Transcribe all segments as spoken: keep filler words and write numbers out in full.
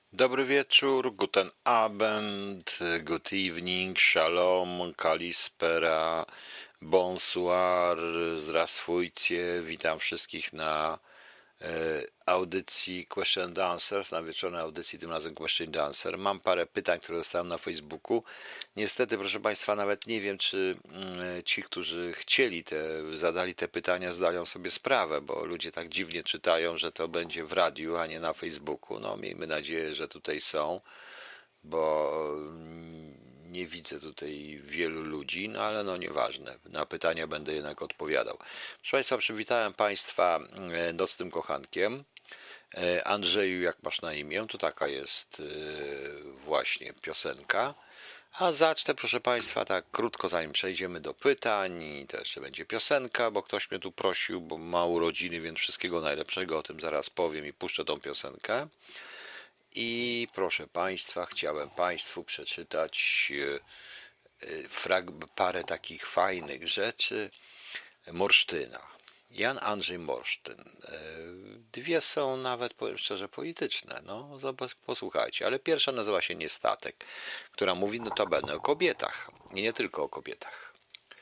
Dobry wieczór, guten Abend, good evening, shalom, kalispera, bonsoir, zdравствуйте. Witam wszystkich na e, audycji Question and Answers, na wieczornej audycji, tym razem Question and Answer. Mam parę pytań, które dostałem na Facebooku. Niestety, proszę Państwa, nawet nie wiem, czy mm, ci, którzy chcieli te, zadali te pytania, zdają sobie sprawę, bo ludzie tak dziwnie czytają, że to będzie w radiu, a nie na Facebooku. No, miejmy nadzieję, że tutaj są, bo mm, nie widzę tutaj wielu ludzi, no ale no nieważne. Na pytania będę jednak odpowiadał. Proszę Państwa, przywitałem Państwa e, nocnym kochankiem. E, Andrzeju, jak masz na imię? To taka jest e, właśnie piosenka. A zacznę, proszę Państwa, tak krótko, zanim przejdziemy do pytań, i to jeszcze będzie piosenka, bo ktoś mnie tu prosił, bo ma urodziny, więc wszystkiego najlepszego, o tym zaraz powiem i puszczę tą piosenkę. I proszę Państwa, chciałem Państwu przeczytać e, e, frag- parę takich fajnych rzeczy Morsztyna. Jan Andrzej Morsztyn. E, Dwie są nawet, powiem szczerze, polityczne. No, zobacz- posłuchajcie. Ale pierwsza nazywa się Niestatek, która mówi notabene o kobietach. I nie tylko o kobietach.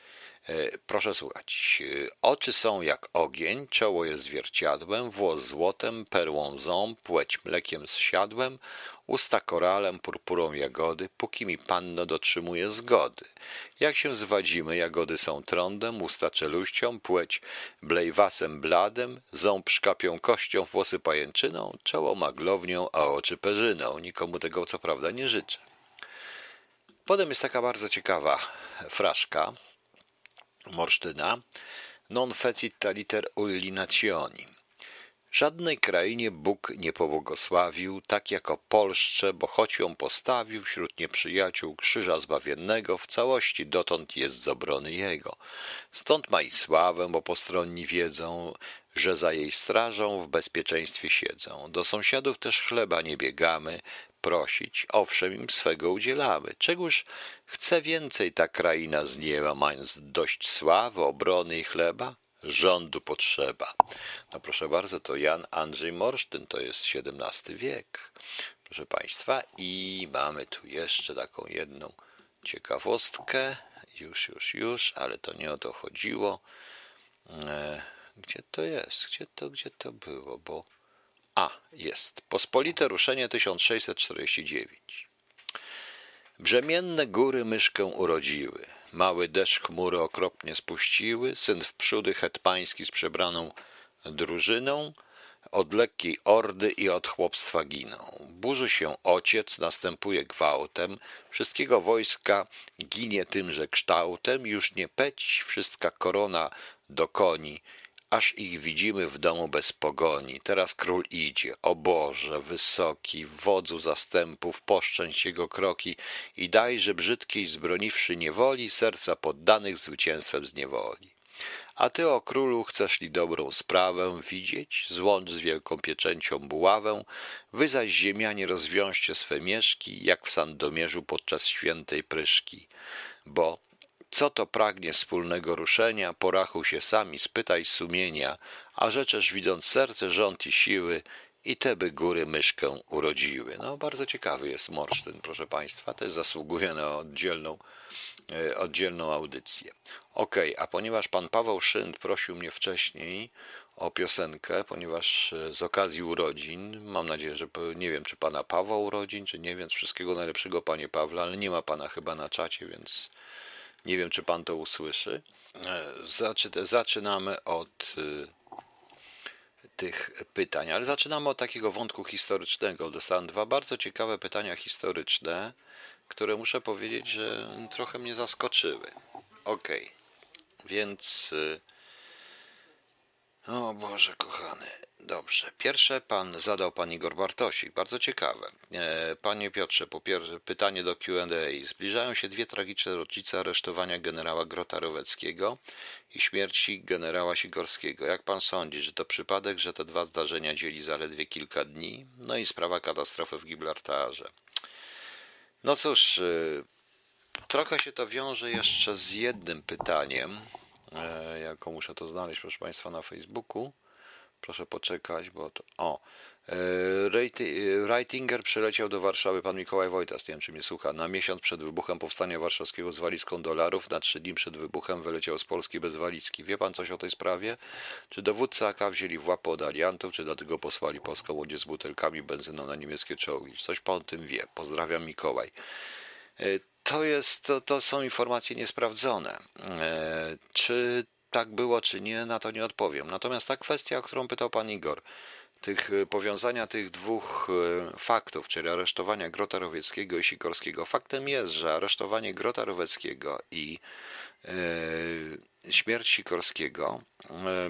E, Proszę słuchać. E, Oczy są jak ogień, czoło jest zwierciadłem, włos złotem, perłą ząb, płeć mlekiem zsiadłem, usta koralem, purpurą jagody, póki mi panno dotrzymuje zgody. Jak się zwadzimy, jagody są trądem, usta czeluścią, płeć blejwasem bladem, ząb szkapią kością, włosy pajęczyną, czoło maglownią, a oczy perzyną. Nikomu tego co prawda nie życzę. Potem jest taka bardzo ciekawa fraszka Morsztyna. Non fecit taliter ulli nationi. Żadnej krainie Bóg nie pobłogosławił, tak jak o Polsce, bo choć ją postawił wśród nieprzyjaciół krzyża zbawiennego, w całości dotąd jest z obrony jego. Stąd ma i sławę, bo postronni wiedzą, że za jej strażą w bezpieczeństwie siedzą. Do sąsiadów też chleba nie biegamy prosić, owszem im swego udzielamy. Czegóż chce więcej ta kraina z nieba, mając dość sławy, obrony i chleba? Rządu potrzeba. No proszę bardzo, to Jan Andrzej Morsztyn, to jest siedemnasty wiek, proszę Państwa. I mamy tu jeszcze taką jedną ciekawostkę. Już, już, już, ale to nie o to chodziło. E, gdzie to jest? Gdzie to, gdzie to było? Bo... A, jest. Pospolite ruszenie tysiąc sześćset czterdzieści dziewięć. Brzemienne góry myszkę urodziły, mały deszcz chmury okropnie spuściły, syn wprzódy hetmański z przebraną drużyną, od lekkiej ordy i od chłopstwa giną. Burzy się ociec, następuje gwałtem, wszystkiego wojska ginie tymże kształtem, już nie peć, wszystka korona do koni, aż ich widzimy w domu bez pogoni. Teraz król idzie, o Boże, wysoki, wodzu zastępów, poszczęść jego kroki i dajże brzydkiej zbroniwszy niewoli, serca poddanych zwycięstwem zniewoli. A ty, o królu, chcesz li dobrą sprawę widzieć? Złącz z wielką pieczęcią buławę, wy zaś ziemianie rozwiążcie swe mieszki, jak w Sandomierzu podczas świętej pryszki. Bo co to pragnie wspólnego ruszenia, porachuj się sami, spytaj sumienia, a rzeczesz widząc serce, rząd i siły, i te by góry myszkę urodziły. No, bardzo ciekawy jest Morsztyn, proszę Państwa, też zasługuje na oddzielną, e, oddzielną audycję. Okej, okay, a ponieważ pan Paweł Szynd prosił mnie wcześniej o piosenkę, ponieważ e, z okazji urodzin, mam nadzieję, że nie wiem, czy pana Pawła urodzin, czy nie, więc wszystkiego najlepszego, panie Pawle, ale nie ma pana chyba na czacie, więc nie wiem, czy pan to usłyszy. Zaczy, zaczynamy od y, tych pytań, ale zaczynamy od takiego wątku historycznego. Dostałem dwa bardzo ciekawe pytania historyczne, które muszę powiedzieć, że trochę mnie zaskoczyły. Okej, okay. Więc... Y, o Boże kochany. Dobrze. Pierwsze pan zadał pan Igor Bartosik. Bardzo ciekawe. E, Panie Piotrze, po pierwsze pytanie do Q and A. Zbliżają się dwie tragiczne rocznice aresztowania generała Grota-Roweckiego i śmierci generała Sikorskiego. Jak pan sądzi, że to przypadek, że te dwa zdarzenia dzieli zaledwie kilka dni? No i sprawa katastrofy w Gibraltarze. No cóż, trochę się to wiąże jeszcze z jednym pytaniem, jako muszę to znaleźć, proszę państwa, na Facebooku. Proszę poczekać, bo to... O, Reitinger przyleciał do Warszawy, pan Mikołaj Wojtas, nie wiem czy mnie słucha, na miesiąc przed wybuchem Powstania Warszawskiego z walizką dolarów, na trzy dni przed wybuchem wyleciał z Polski bez walizki. Wie pan coś o tej sprawie? Czy dowódcy A K wzięli w łapę od aliantów, czy dlatego posłali polską łodzię z butelkami benzyną na niemieckie czołgi? Coś pan o tym wie. Pozdrawiam, Mikołaj. To, jest, to, to są informacje niesprawdzone. Czy tak było, czy nie, na to nie odpowiem. Natomiast ta kwestia, o którą pytał pan Igor, tych powiązania tych dwóch faktów, czyli aresztowania Grota Rowieckiego i Sikorskiego. Faktem jest, że aresztowanie Grota Rowieckiego i e, śmierć Sikorskiego e,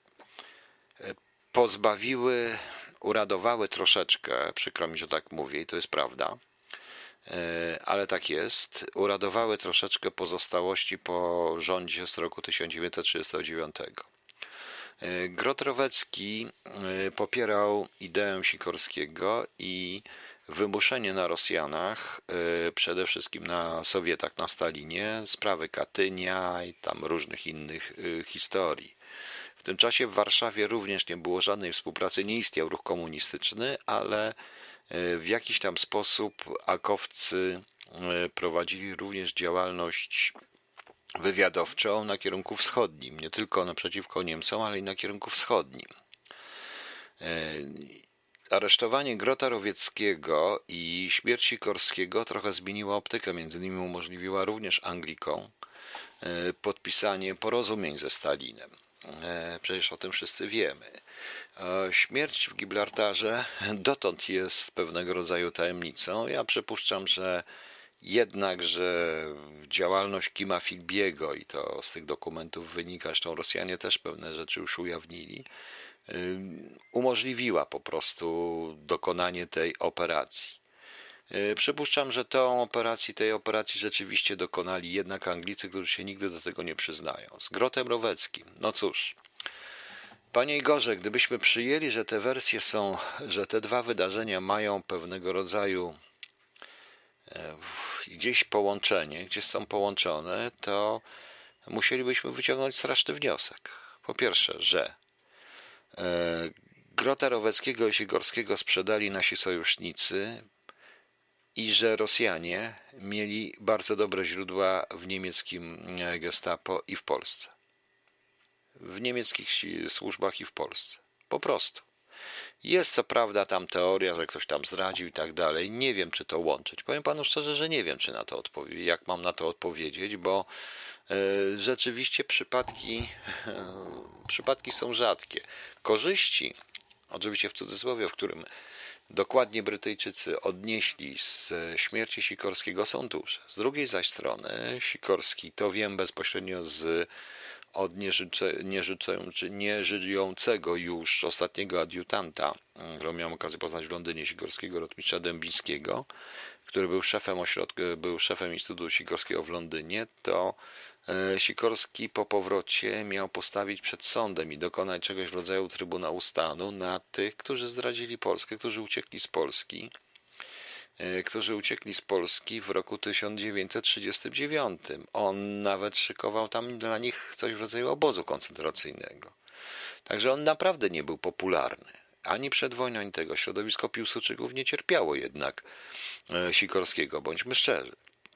pozbawiły, uradowały troszeczkę, przykro mi, że tak mówię i to jest prawda, e, ale tak jest, uradowały troszeczkę pozostałości po rządzie z roku tysiąc dziewięćset trzydziestego dziewiątego. Grot Rowecki popierał ideę Sikorskiego i wymuszenie na Rosjanach, przede wszystkim na Sowietach, na Stalinie, sprawy Katynia i tam różnych innych historii. W tym czasie w Warszawie również nie było żadnej współpracy, nie istniał ruch komunistyczny, ale w jakiś tam sposób akowcy prowadzili również działalność wywiadowczą na kierunku wschodnim, nie tylko naprzeciwko Niemcom, ale i na kierunku wschodnim. Aresztowanie Grota Rowieckiego i śmierć Sikorskiego trochę zmieniła optykę, między innymi umożliwiła również Anglikom podpisanie porozumień ze Stalinem. Przecież o tym wszyscy wiemy. Śmierć w Gibraltarze dotąd jest pewnego rodzaju tajemnicą. Ja przypuszczam, że jednak, że działalność Kima Philbiego, i to z tych dokumentów wynika, zresztą Rosjanie też pewne rzeczy już ujawnili, umożliwiła po prostu dokonanie tej operacji. Przypuszczam, że tą operacji, tej operacji rzeczywiście dokonali jednak Anglicy, którzy się nigdy do tego nie przyznają. Z Grotem Roweckim, no cóż, panie Igorze, gdybyśmy przyjęli, że te wersje są, że te dwa wydarzenia mają pewnego rodzaju gdzieś połączenie, gdzieś są połączone, to musielibyśmy wyciągnąć straszny wniosek. Po pierwsze, że Grota Roweckiego i Sikorskiego sprzedali nasi sojusznicy i że Rosjanie mieli bardzo dobre źródła w niemieckim Gestapo i w Polsce. W niemieckich służbach i w Polsce. Po prostu. Jest co prawda tam teoria, że ktoś tam zdradził i tak dalej. Nie wiem, czy to łączyć. Powiem panu szczerze, że nie wiem, czy na to odpowie- jak mam na to odpowiedzieć, bo y, rzeczywiście przypadki, przypadki są rzadkie. Korzyści, oczywiście w cudzysłowie, w którym dokładnie Brytyjczycy odnieśli z śmierci Sikorskiego, są duże. Z drugiej zaś strony Sikorski, to wiem bezpośrednio z od nieżyjącego już ostatniego adiutanta, którego miałem okazję poznać w Londynie, Sikorskiego, rotmistrza Dębińskiego, który był szefem ośrodka, był szefem Instytutu Sikorskiego w Londynie, to Sikorski po powrocie miał postawić przed sądem i dokonać czegoś w rodzaju Trybunału Stanu na tych, którzy zdradzili Polskę, którzy uciekli z Polski, którzy uciekli z Polski w roku tysiąc dziewięćset trzydziestym dziewiątym. On nawet szykował tam dla nich coś w rodzaju obozu koncentracyjnego. Także on naprawdę nie był popularny. Ani przed wojną, ani tego. Środowisko Piłsudczyków nie cierpiało jednak Sikorskiego, bądźmy szczerzy.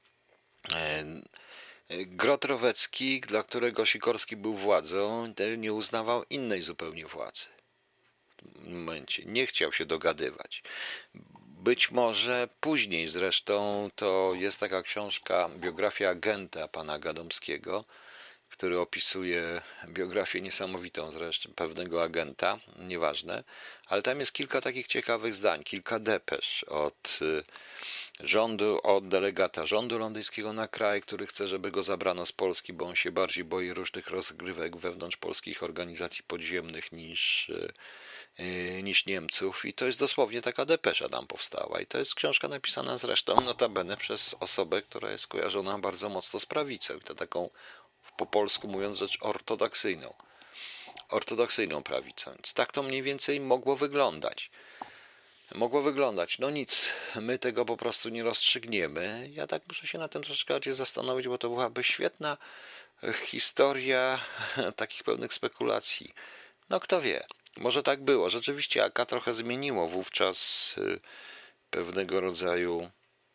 Grot Rowecki, dla którego Sikorski był władzą, nie uznawał innej zupełnie władzy. W tym momencie nie chciał się dogadywać. Być może później zresztą to jest taka książka, biografia agenta pana Gadomskiego, który opisuje biografię niesamowitą zresztą pewnego agenta, nieważne, ale tam jest kilka takich ciekawych zdań, kilka depesz od rządu, od delegata rządu londyńskiego na kraj, który chce, żeby go zabrano z Polski, bo on się bardziej boi różnych rozgrywek wewnątrz polskich organizacji podziemnych niż niż Niemców i to jest dosłownie taka depesza tam powstała i to jest książka napisana zresztą notabene przez osobę, która jest kojarzona bardzo mocno z prawicą i to taką po polsku mówiąc rzecz ortodoksyjną ortodoksyjną prawicą, więc tak to mniej więcej mogło wyglądać mogło wyglądać, no nic, my tego po prostu nie rozstrzygniemy, ja tak muszę się na tym troszeczkę bardziej zastanowić, bo to byłaby świetna historia takich pełnych spekulacji. No kto wie, Może tak było. Rzeczywiście A K trochę zmieniło wówczas y, pewnego rodzaju.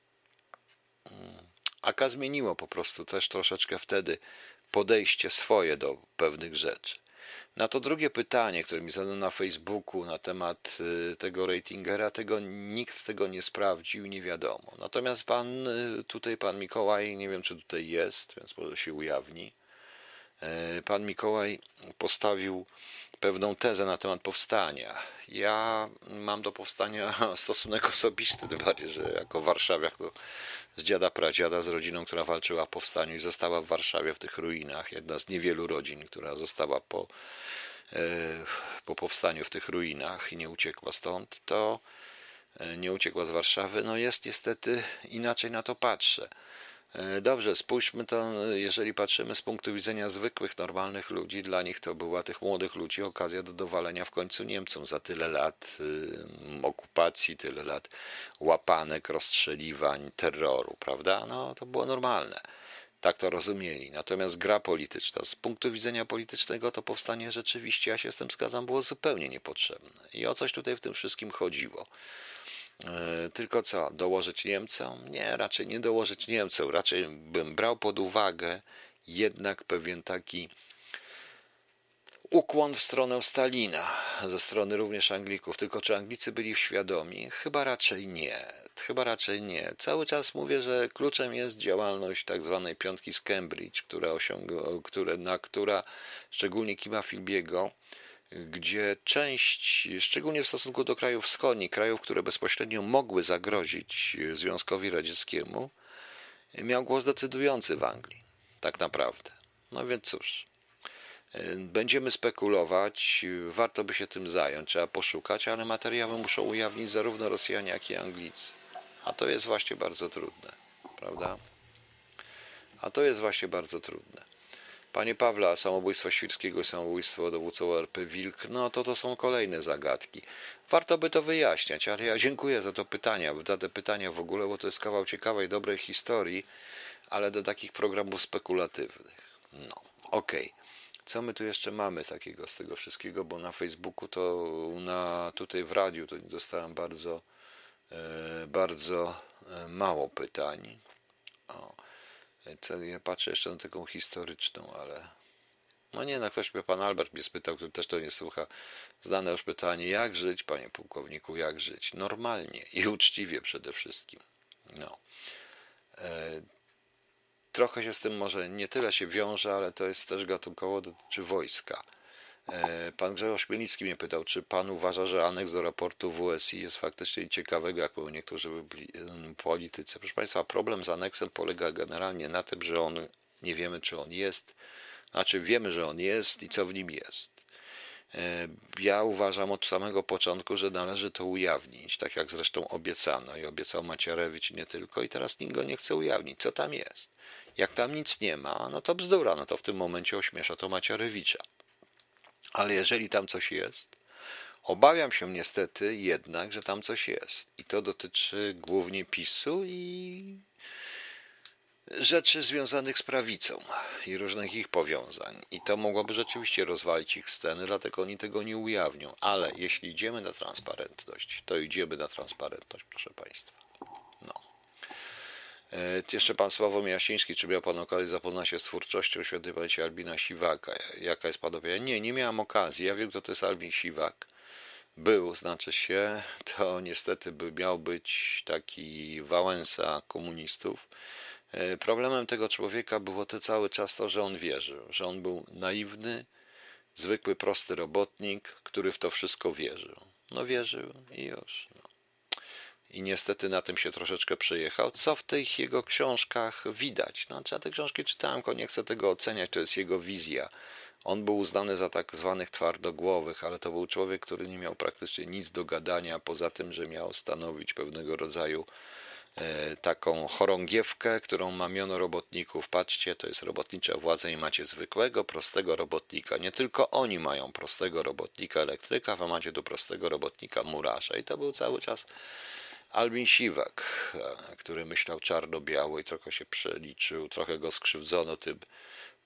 A K zmieniło po prostu też troszeczkę wtedy podejście swoje do pewnych rzeczy. Na to drugie pytanie, które mi zadano na Facebooku na temat y, tego ratingera, tego nikt tego nie sprawdził, nie wiadomo. Natomiast pan, y, tutaj pan Mikołaj, nie wiem czy tutaj jest, więc może się ujawni. Y, Pan Mikołaj postawił pewną tezę na temat powstania. Ja mam do powstania stosunek osobisty, tym bardziej, że jako warszawiak to z dziada pradziada, z rodziną, która walczyła w powstaniu i została w Warszawie w tych ruinach. Jedna z niewielu rodzin, która została po, e, po powstaniu w tych ruinach i nie uciekła stąd, to e, nie uciekła z Warszawy. No jest niestety, inaczej na to patrzę. E, Dobrze, spójrzmy to, jeżeli patrzymy z punktu widzenia zwykłych, normalnych ludzi, dla nich to była, tych młodych ludzi, okazja do dowalenia w końcu Niemcom za tyle lat y, okupacji, tyle lat łapanek, rozstrzeliwań, terroru, prawda? No to było normalne. Tak to rozumieli. Natomiast gra polityczna, z punktu widzenia politycznego to powstanie rzeczywiście, ja się z tym zgadzam, było zupełnie niepotrzebne. I o coś tutaj w tym wszystkim chodziło. E, Tylko co, dołożyć Niemcom? Nie, raczej nie dołożyć Niemcom. Raczej bym brał pod uwagę jednak pewien taki ukłon w stronę Stalina, ze strony również Anglików. Tylko czy Anglicy byli świadomi? Chyba raczej nie. Chyba raczej nie. Cały czas mówię, że kluczem jest działalność tak zwanej piątki z Cambridge, która osiąga, które, na która szczególnie Kima Philbiego, gdzie część, szczególnie w stosunku do krajów wschodnich, krajów, które bezpośrednio mogły zagrozić Związkowi Radzieckiemu, miał głos decydujący w Anglii, tak naprawdę. No więc cóż, będziemy spekulować, warto by się tym zająć, trzeba poszukać, ale materiały muszą ujawnić zarówno Rosjanie, jak i Anglicy. A to jest właśnie bardzo trudne, prawda? A to jest właśnie bardzo trudne. Panie Pawle, a samobójstwo Świrskiego i samobójstwo dowódcy O R P Wilk, no to to są kolejne zagadki. Warto by to wyjaśniać, ale ja dziękuję za to pytania, za te pytania w ogóle, bo to jest kawał ciekawej, dobrej historii, ale do takich programów spekulatywnych. No, okej. Okay. Co my tu jeszcze mamy takiego z tego wszystkiego, bo na Facebooku to, na tutaj w radiu to dostałem bardzo, e, bardzo mało pytań. O. Ja patrzę jeszcze na taką historyczną, ale no nie, no ktoś mnie, pan Albert mnie spytał, który też to nie słucha, znane już pytanie, jak żyć, panie pułkowniku, jak żyć? Normalnie i uczciwie przede wszystkim. No. E, trochę się z tym może nie tyle się wiąże, ale to jest też gatunkowo dotyczy wojska. E, pan Grzegorz Chmielnicki mnie pytał, czy pan uważa, że aneks do raportu W S I jest faktycznie ciekawego, jak mówią niektórzy politycy. Proszę państwa, problem z aneksem polega generalnie na tym, że on, nie wiemy, czy on jest, znaczy wiemy, że on jest i co w nim jest. E, ja uważam od samego początku, że należy to ujawnić, tak jak zresztą obiecano i obiecał Macierewicz i nie tylko, i teraz nikt go nie chce ujawnić, co tam jest. Jak tam nic nie ma, no to bzdura, no to w tym momencie ośmiesza to Macierewicza. Ale jeżeli tam coś jest, obawiam się niestety jednak, że tam coś jest. I to dotyczy głównie PiSu i rzeczy związanych z prawicą i różnych ich powiązań. I to mogłoby rzeczywiście rozwalić ich sceny, dlatego oni tego nie ujawnią. Ale jeśli idziemy na transparentność, to idziemy na transparentność, proszę państwa. No. E, Jeszcze pan Sławomir Jasiński, czy miał pan okazję zapoznać się z twórczością świętej pamięci Albina Siwaka? Jaka jest pan opinia? Nie, nie miałem okazji. Ja wiem, kto to jest Albin Siwak. Był, znaczy się, to niestety by miał być taki Wałęsa komunistów. E, Problemem tego człowieka było to cały czas to, że on wierzył, że on był naiwny, zwykły, prosty robotnik, który w to wszystko wierzył. No wierzył i już. No. I niestety na tym się troszeczkę przejechał, co w tych jego książkach widać. No, ja te książki czytałem, nie chcę tego oceniać, to jest jego wizja. On był uznany za tak zwanych twardogłowych, ale to był człowiek, który nie miał praktycznie nic do gadania, poza tym, że miał stanowić pewnego rodzaju e, taką chorągiewkę, którą mamiono robotników. Patrzcie, to jest robotnicza władza i macie zwykłego, prostego robotnika. Nie tylko oni mają prostego robotnika elektryka, a macie tu prostego robotnika murarza. I to był cały czas Albin Siwak, który myślał czarno-biało i trochę się przeliczył, trochę go skrzywdzono tym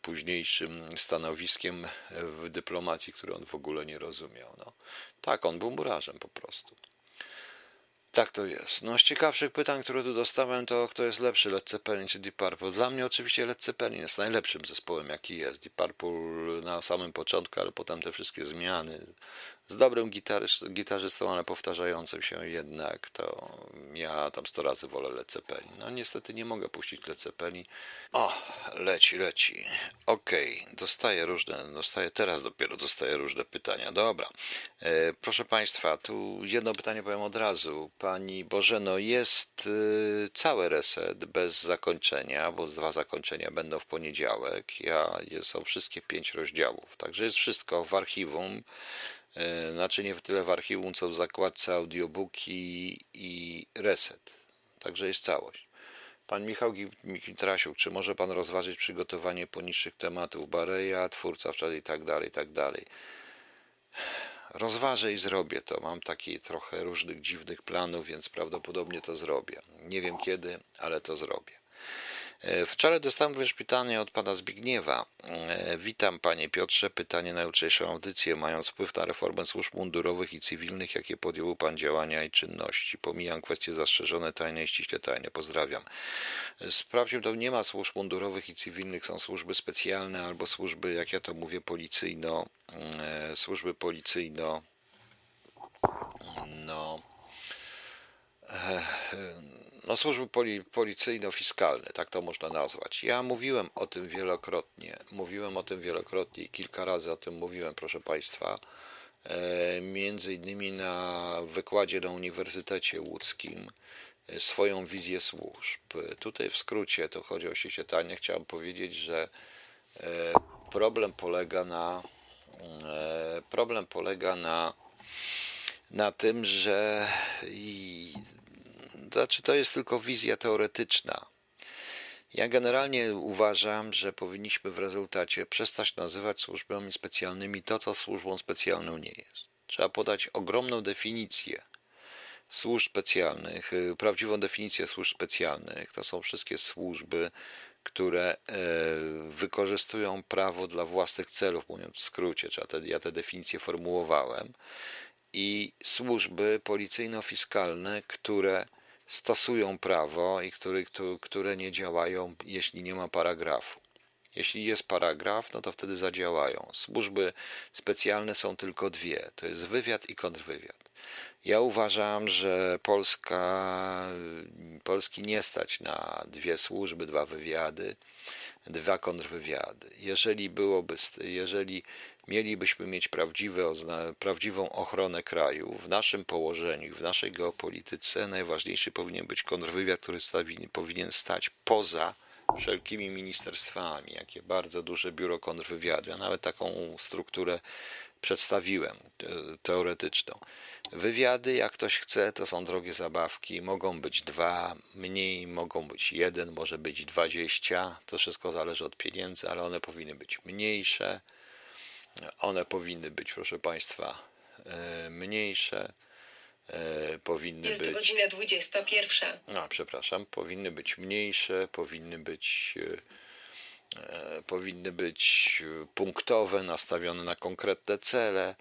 późniejszym stanowiskiem w dyplomacji, który on w ogóle nie rozumiał. No. Tak, on był murarzem po prostu. Tak to jest. No z ciekawszych pytań, które tu dostałem, to kto jest lepszy, Led Zeppelin czy Deep Purple? Dla mnie oczywiście Led Zeppelin jest najlepszym zespołem, jaki jest. Deep Purple na samym początku, ale potem te wszystkie zmiany. Z dobrym gitaryst, gitarzystą, ale powtarzającym się jednak, to ja tam sto razy wolę Led Zeppelin. No niestety nie mogę puścić Led Zeppelin. O, leci, leci. Okej, okay. Dostaję różne, dostaję, teraz dopiero dostaję różne pytania. Dobra. E, proszę Państwa, tu jedno pytanie powiem od razu. Pani Bożeno, jest y, cały reset bez zakończenia, bo dwa zakończenia będą w poniedziałek. Ja, są wszystkie pięć rozdziałów, także jest wszystko w archiwum. Znaczy nie tyle w archiwum, co w zakładce audiobooki i reset. Także jest całość. Pan Michał Mitrasiuk, czy może Pan rozważyć przygotowanie poniższych tematów Bareja, twórca wczoraj i tak dalej, i tak dalej. Rozważę i zrobię to. Mam taki trochę różnych dziwnych planów, więc prawdopodobnie to zrobię. Nie wiem kiedy, ale to zrobię. Wczoraj dostałem również pytanie od pana Zbigniewa. Witam panie Piotrze. Pytanie na jutrzejszą audycję. Mając wpływ na reformę służb mundurowych i cywilnych, jakie podjął pan działania i czynności? Pomijam kwestie zastrzeżone, tajne i ściśle tajne. Pozdrawiam. Sprawdziłem, to nie ma służb mundurowych i cywilnych, są służby specjalne albo służby, jak ja to mówię, policyjno, służby policyjno, no, no służby poli, policyjno-fiskalne, tak to można nazwać. Ja mówiłem o tym wielokrotnie, mówiłem o tym wielokrotnie i kilka razy o tym mówiłem, proszę Państwa, między innymi na wykładzie na Uniwersytecie Łódzkim, swoją wizję służb. Tutaj w skrócie, to chodzi o ściśle, chciałem powiedzieć, że problem polega na problem polega na na tym, że i, znaczy to jest tylko wizja teoretyczna. Ja generalnie uważam, że powinniśmy w rezultacie przestać nazywać służbami specjalnymi to, co służbą specjalną nie jest. Trzeba podać ogromną definicję służb specjalnych, prawdziwą definicję służb specjalnych. To są wszystkie służby, które wykorzystują prawo dla własnych celów, mówiąc w skrócie. Ja tę definicję formułowałem. I służby policyjno-fiskalne, które stosują prawo i które, które nie działają, jeśli nie ma paragrafu. Jeśli jest paragraf, no to wtedy zadziałają. Służby specjalne są tylko dwie. To jest wywiad i kontrwywiad. Ja uważam, że Polska, Polski nie stać na dwie służby, dwa wywiady, dwa kontrwywiady. Jeżeli byłoby, jeżeli mielibyśmy mieć prawdziwe, prawdziwą ochronę kraju, w naszym położeniu, w naszej geopolityce najważniejszy powinien być kontrwywiad, który stawi, powinien stać poza wszelkimi ministerstwami, jakie bardzo duże biuro kontrwywiadu. Ja nawet taką strukturę przedstawiłem, teoretyczną. Wywiady, jak ktoś chce, to są drogie zabawki, mogą być dwa, mniej, mogą być jeden, może być dwadzieścia, to wszystko zależy od pieniędzy, ale one powinny być mniejsze, one powinny być, proszę Państwa, mniejsze, powinny Jest być... Jest godzina dwudziesta pierwsza. No, przepraszam, powinny być mniejsze, powinny być... powinny być punktowe, nastawione na konkretne cele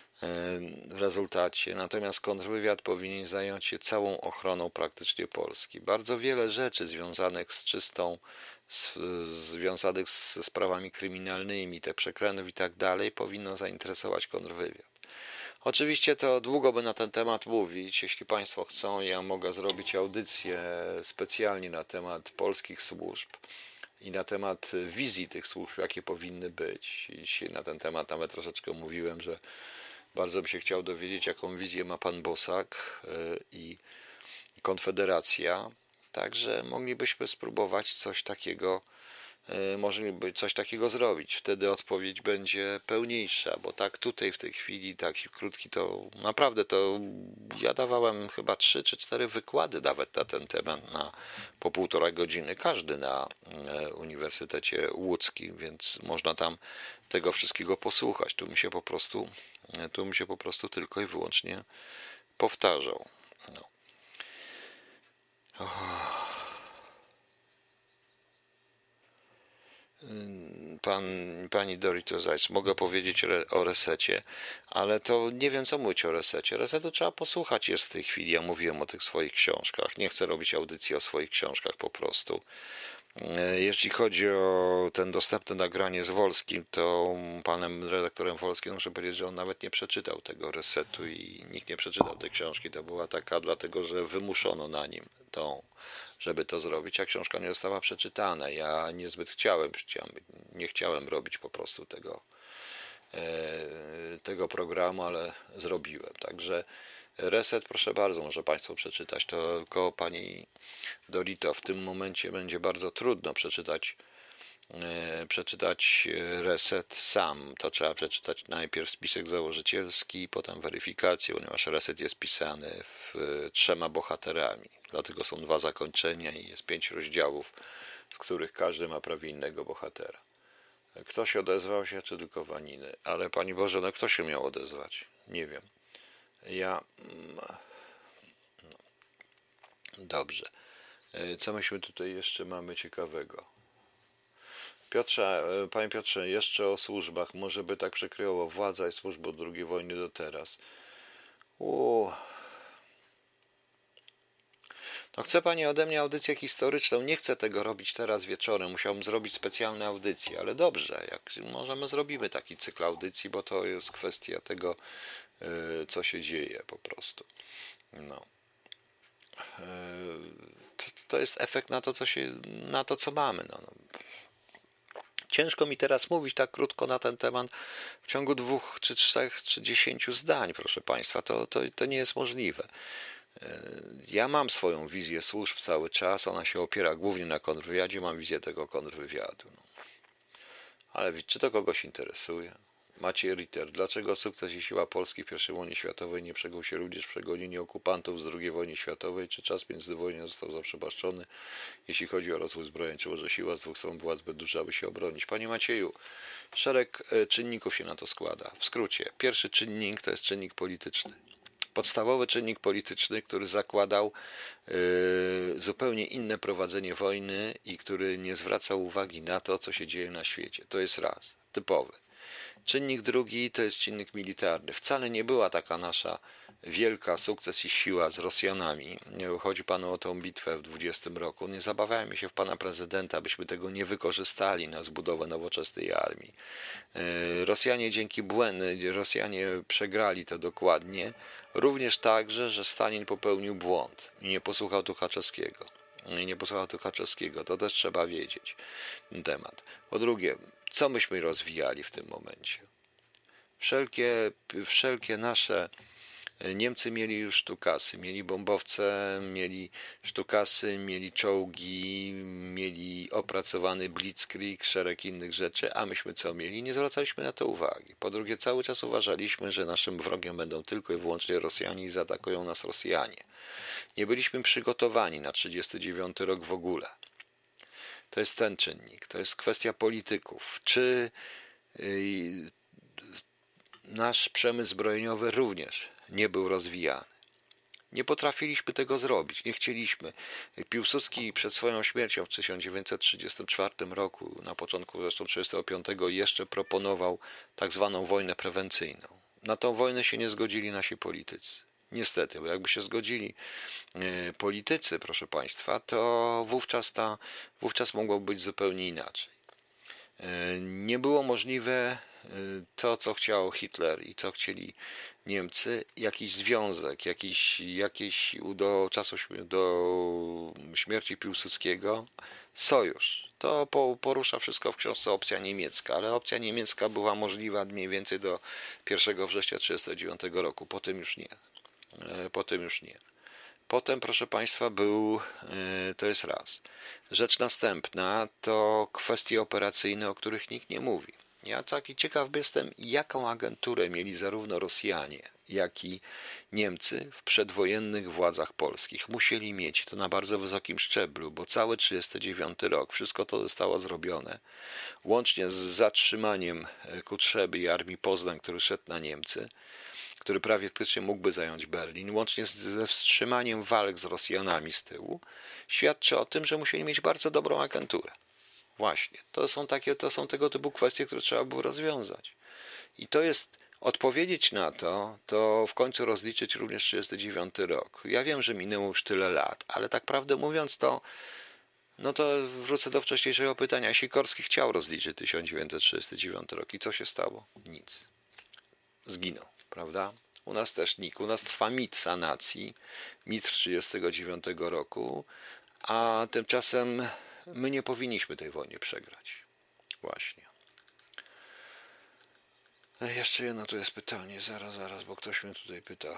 w rezultacie. Natomiast kontrwywiad powinien zająć się całą ochroną praktycznie Polski. Bardzo wiele rzeczy związanych z czystą, z, związanych ze sprawami kryminalnymi, te przekrętów i tak dalej, powinno zainteresować kontrwywiad. Oczywiście to długo by na ten temat mówić. Jeśli Państwo chcą, ja mogę zrobić audycję specjalnie na temat polskich służb i na temat wizji tych służb, jakie powinny być. I dzisiaj na ten temat nawet troszeczkę mówiłem, że bardzo bym się chciał dowiedzieć, jaką wizję ma pan Bosak i Konfederacja. Także moglibyśmy spróbować coś takiego, możemy coś takiego zrobić. Wtedy odpowiedź będzie pełniejsza, bo tak tutaj w tej chwili, taki krótki, to naprawdę to ja dawałem chyba trzy czy cztery wykłady nawet na ten temat na po półtora godziny, każdy na Uniwersytecie Łódzkim, więc można tam tego wszystkiego posłuchać. Tu mi się po prostu, tu mi się po prostu tylko i wyłącznie powtarzał. No. Oh. pan, pani Dorito Zajc, mogę powiedzieć re, o resecie, ale to nie wiem, co mówić o resecie. Resetu trzeba posłuchać jest w tej chwili. Ja mówiłem o tych swoich książkach. Nie chcę robić audycji o swoich książkach po prostu. Jeśli chodzi o ten dostępne nagranie z Wolskim, to panem redaktorem Wolskim muszę powiedzieć, że on nawet nie przeczytał tego resetu i nikt nie przeczytał tej książki. To była taka dlatego, że wymuszono na nim tą, żeby to zrobić, a książka nie została przeczytana. Ja niezbyt chciałem, nie chciałem robić po prostu tego, tego programu, ale zrobiłem. Także reset, proszę bardzo, może Państwo przeczytać. To tylko pani Dorito, w tym momencie będzie bardzo trudno przeczytać, e, przeczytać reset sam. To trzeba przeczytać najpierw spisek założycielski, potem weryfikację, ponieważ reset jest pisany w, e, trzema bohaterami. Dlatego są dwa zakończenia i jest pięć rozdziałów, z których każdy ma prawie innego bohatera. Ktoś odezwał się, czy tylko Waniny? Ale Pani Boże, no kto się miał odezwać? Nie wiem. Ja... No. Dobrze. Co myśmy tutaj jeszcze mamy ciekawego? Piotrze, panie Piotrze, jeszcze o służbach. Może by tak przekryło władza i służba od drugiej wojny do teraz. Uuu. No chce pani ode mnie audycję historyczną. Nie chcę tego robić teraz wieczorem. Musiałbym zrobić specjalne audycje, ale dobrze. Jak możemy, zrobimy taki cykl audycji, bo to jest kwestia tego, co się dzieje po prostu. No. To jest efekt na to, co się, na to, co mamy. No, no. Ciężko mi teraz mówić tak krótko na ten temat w ciągu dwóch, czy trzech, czy dziesięciu zdań, proszę Państwa. To, to, to nie jest możliwe. Ja mam swoją wizję służb cały czas. Ona się opiera głównie na kontrwywiadzie. Mam wizję tego kontrwywiadu. No. Ale czy to kogoś interesuje? Maciej Ritter. Dlaczego sukces i siła Polski w pierwszej wojnie światowej nie przegął się również w przegonieniu okupantów z drugiej wojny światowej? Czy czas międzywojenny został zaprzepaszczony, jeśli chodzi o rozwój zbrojeń? Czy może siła z dwóch stron była zbyt duża, aby się obronić? Panie Macieju, szereg czynników się na to składa. W skrócie, pierwszy czynnik to jest czynnik polityczny. Podstawowy czynnik polityczny, który zakładał yy, zupełnie inne prowadzenie wojny i który nie zwracał uwagi na to, co się dzieje na świecie. To jest raz, typowy. Czynnik drugi to jest czynnik militarny. Wcale nie była taka nasza wielka sukces i siła z Rosjanami. Chodzi panu o tą bitwę w dwudziestym roku. Nie zabawiajmy się w pana prezydenta, byśmy tego nie wykorzystali na zbudowę nowoczesnej armii. Rosjanie dzięki błędy, Rosjanie przegrali to dokładnie. Również także, że Stalin popełnił błąd i nie posłuchał Tuchaczewskiego. I nie posłuchał Tuchaczewskiego. To też trzeba wiedzieć ten temat. Po drugie, co myśmy rozwijali w tym momencie? Wszelkie, wszelkie nasze... Niemcy mieli już sztukasy, mieli bombowce, mieli sztukasy, mieli czołgi, mieli opracowany blitzkrieg, szereg innych rzeczy, a myśmy co mieli? Nie zwracaliśmy na to uwagi. Po drugie, cały czas uważaliśmy, że naszym wrogiem będą tylko i wyłącznie Rosjanie i zaatakują nas Rosjanie. Nie byliśmy przygotowani na trzydziesty dziewiąty rok w ogóle. To jest ten czynnik, to jest kwestia polityków. Czy yy, nasz przemysł zbrojeniowy również nie był rozwijany? Nie potrafiliśmy tego zrobić, nie chcieliśmy. Piłsudski przed swoją śmiercią w tysiąc dziewięćset trzydziestym czwartym roku, na początku zresztą trzydziestego piątego, jeszcze proponował tak zwaną wojnę prewencyjną. Na tą wojnę się nie zgodzili nasi politycy. Niestety, bo jakby się zgodzili politycy, proszę Państwa, to wówczas, ta, wówczas mogło być zupełnie inaczej. Nie było możliwe to, co chciał Hitler i co chcieli Niemcy, jakiś związek, jakiś, jakiś do czasu do śmierci Piłsudskiego sojusz. To porusza wszystko w książce Opcja niemiecka, ale opcja niemiecka była możliwa mniej więcej do pierwszego września tysiąc dziewięćset trzydziestego dziewiątego roku. Potem już nie. Potem już nie. Potem, proszę Państwa, był, to jest raz. Rzecz następna to kwestie operacyjne, o których nikt nie mówi. Ja taki ciekaw jestem, jaką agenturę mieli zarówno Rosjanie, jak i Niemcy w przedwojennych władzach polskich. Musieli mieć to na bardzo wysokim szczeblu, bo cały trzydziesty dziewiąty rok, wszystko to zostało zrobione, łącznie z zatrzymaniem Kutrzeby i armii Poznań, który szedł na Niemcy, który prawie faktycznie mógłby zająć Berlin, łącznie ze wstrzymaniem walk z Rosjanami z tyłu, świadczy o tym, że musieli mieć bardzo dobrą agenturę. Właśnie. To są takie, to są tego typu kwestie, które trzeba było rozwiązać. I to jest odpowiedzieć na to, to w końcu rozliczyć również trzydziesty dziewiąty rok. Ja wiem, że minęło już tyle lat, ale tak prawdę mówiąc to, no to wrócę do wcześniejszego pytania. Sikorski chciał rozliczyć tysiąc dziewięćset trzydziesty dziewiąty rok i co się stało? Nic. Zginął, prawda? U nas też nikt. U nas trwa mit sanacji, mit trzydziestego dziewiątego roku, a tymczasem my nie powinniśmy tej wojny przegrać. Właśnie. Jeszcze jedno tu jest pytanie, zaraz, zaraz, bo ktoś mnie tutaj pytał.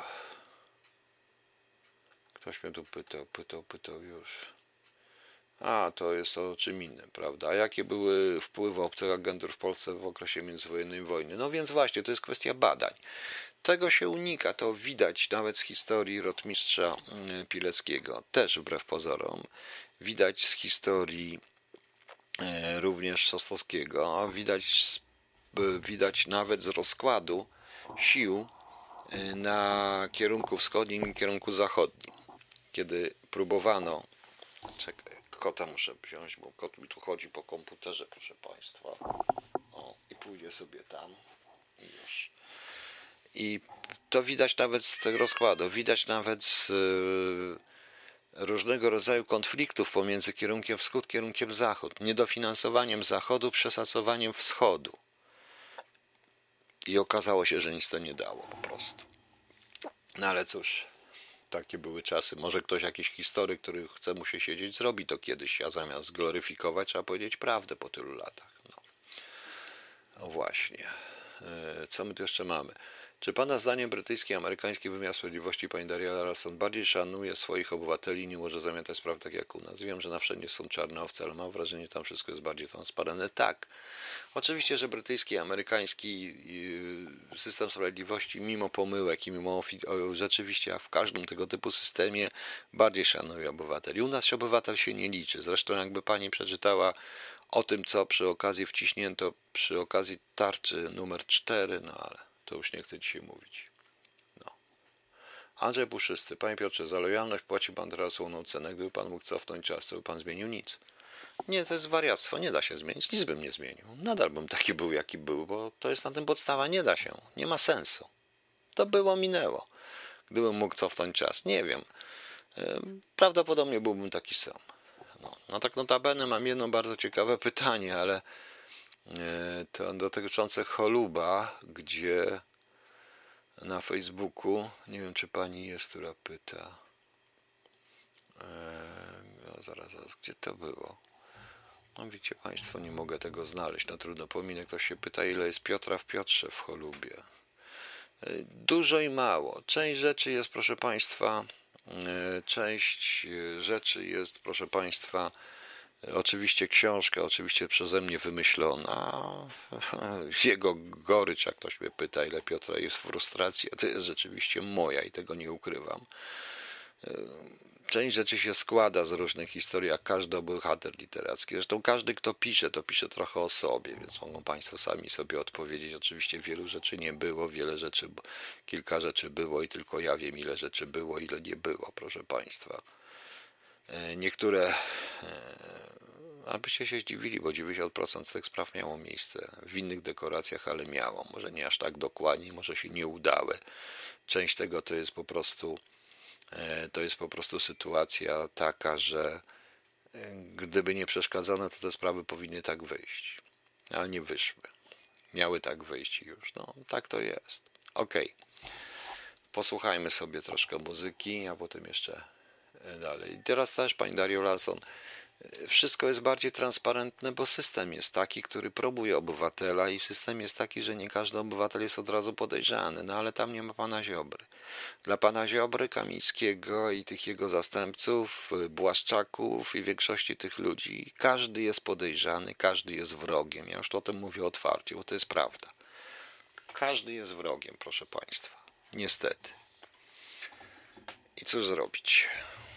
Ktoś mnie tu pytał, pytał, pytał już. A, to jest o czym innym, prawda? A jakie były wpływy obcych agentów w Polsce w okresie międzywojennej wojny? No więc właśnie, to jest kwestia badań. Tego się unika, to widać nawet z historii rotmistrza Pileckiego, też wbrew pozorom. Widać z historii również Sosnowskiego, widać, widać nawet z rozkładu sił na kierunku wschodnim i kierunku zachodnim. Kiedy próbowano, czekaj, kota muszę wziąć, bo kot mi tu chodzi po komputerze, proszę Państwa. O, i pójdzie sobie tam i już. I to widać nawet z tego rozkładu, widać nawet z różnego rodzaju konfliktów pomiędzy kierunkiem wschód, kierunkiem zachód, niedofinansowaniem zachodu, przesacowaniem wschodu. I okazało się, że nic to nie dało po prostu. No ale cóż, takie były czasy. Może ktoś, jakiś historyk, który chce mu się siedzieć, zrobi to kiedyś, a zamiast gloryfikować, trzeba powiedzieć prawdę po tylu latach. No, no właśnie. Co my tu jeszcze mamy? Czy Pana zdaniem brytyjski i amerykański wymiar sprawiedliwości, Pani Daria Larson, bardziej szanuje swoich obywateli i nie może zamiatać spraw tak jak u nas? Wiem, że na wszędzie są czarne owce, ale mam wrażenie, że tam wszystko jest bardziej transparentne. Tak, oczywiście, że brytyjski i amerykański system sprawiedliwości, mimo pomyłek i mimo rzeczywiście, a w każdym tego typu systemie bardziej szanuje obywateli. U nas obywatel się nie liczy. Zresztą jakby Pani przeczytała o tym, co przy okazji wciśnięto, przy okazji tarczy numer cztery, no ale to już nie chcę dzisiaj mówić. No. Andrzej Puszysty. Panie Piotrze, za lojalność płaci Pan teraz słowną cenę. Gdyby Pan mógł cofnąć czas, to by Pan zmienił nic. Nie, to jest wariactwo. Nie da się zmienić. Nic bym nie zmienił. Nadal bym taki był, jaki był, bo to jest na tym podstawa. Nie da się. Nie ma sensu. To było, minęło. Gdybym mógł cofnąć czas. Nie wiem. Prawdopodobnie byłbym taki sam. No, no tak notabene mam jedno bardzo ciekawe pytanie, ale to dotyczące Choluba, gdzie na Facebooku, nie wiem czy pani jest, która pyta, no zaraz, zaraz, gdzie to było? No widzicie Państwo, nie mogę tego znaleźć, no trudno, pominę, ktoś się pyta, ile jest Piotra w Piotrze w Cholubie. Dużo i mało. Część rzeczy jest, proszę Państwa, część rzeczy jest, proszę Państwa, oczywiście książka, oczywiście przeze mnie wymyślona. Jego gorycz, jak ktoś mnie pyta, ile Piotra jest frustracja, to jest rzeczywiście moja i tego nie ukrywam. Część rzeczy się składa z różnych historii, jak każdy bohater literacki. Zresztą każdy, kto pisze, to pisze trochę o sobie, więc mogą Państwo sami sobie odpowiedzieć. Oczywiście wielu rzeczy nie było, wiele rzeczy, kilka rzeczy było i tylko ja wiem, ile rzeczy było, ile nie było, proszę Państwa. Niektóre, abyście się zdziwili, bo dziewięćdziesiąt procent z tych spraw miało miejsce w innych dekoracjach, ale miało. Może nie aż tak dokładnie, może się nie udały. Część tego to jest po prostu, to jest po prostu sytuacja taka, że gdyby nie przeszkadzano, to te sprawy powinny tak wyjść. Ale nie wyszły. Miały tak wyjść już. No, tak to jest. Okej. Okay. Posłuchajmy sobie troszkę muzyki, a potem jeszcze dalej. I teraz też, Pani Dario Larson, wszystko jest bardziej transparentne, bo system jest taki, który próbuje obywatela i system jest taki, że nie każdy obywatel jest od razu podejrzany, no ale tam nie ma Pana Ziobry. Dla Pana Ziobry, Kamińskiego i tych jego zastępców, Błaszczaków i większości tych ludzi, każdy jest podejrzany, każdy jest wrogiem. Ja już o tym mówię otwarcie, bo to jest prawda. Każdy jest wrogiem, proszę Państwa. Niestety. I cóż zrobić?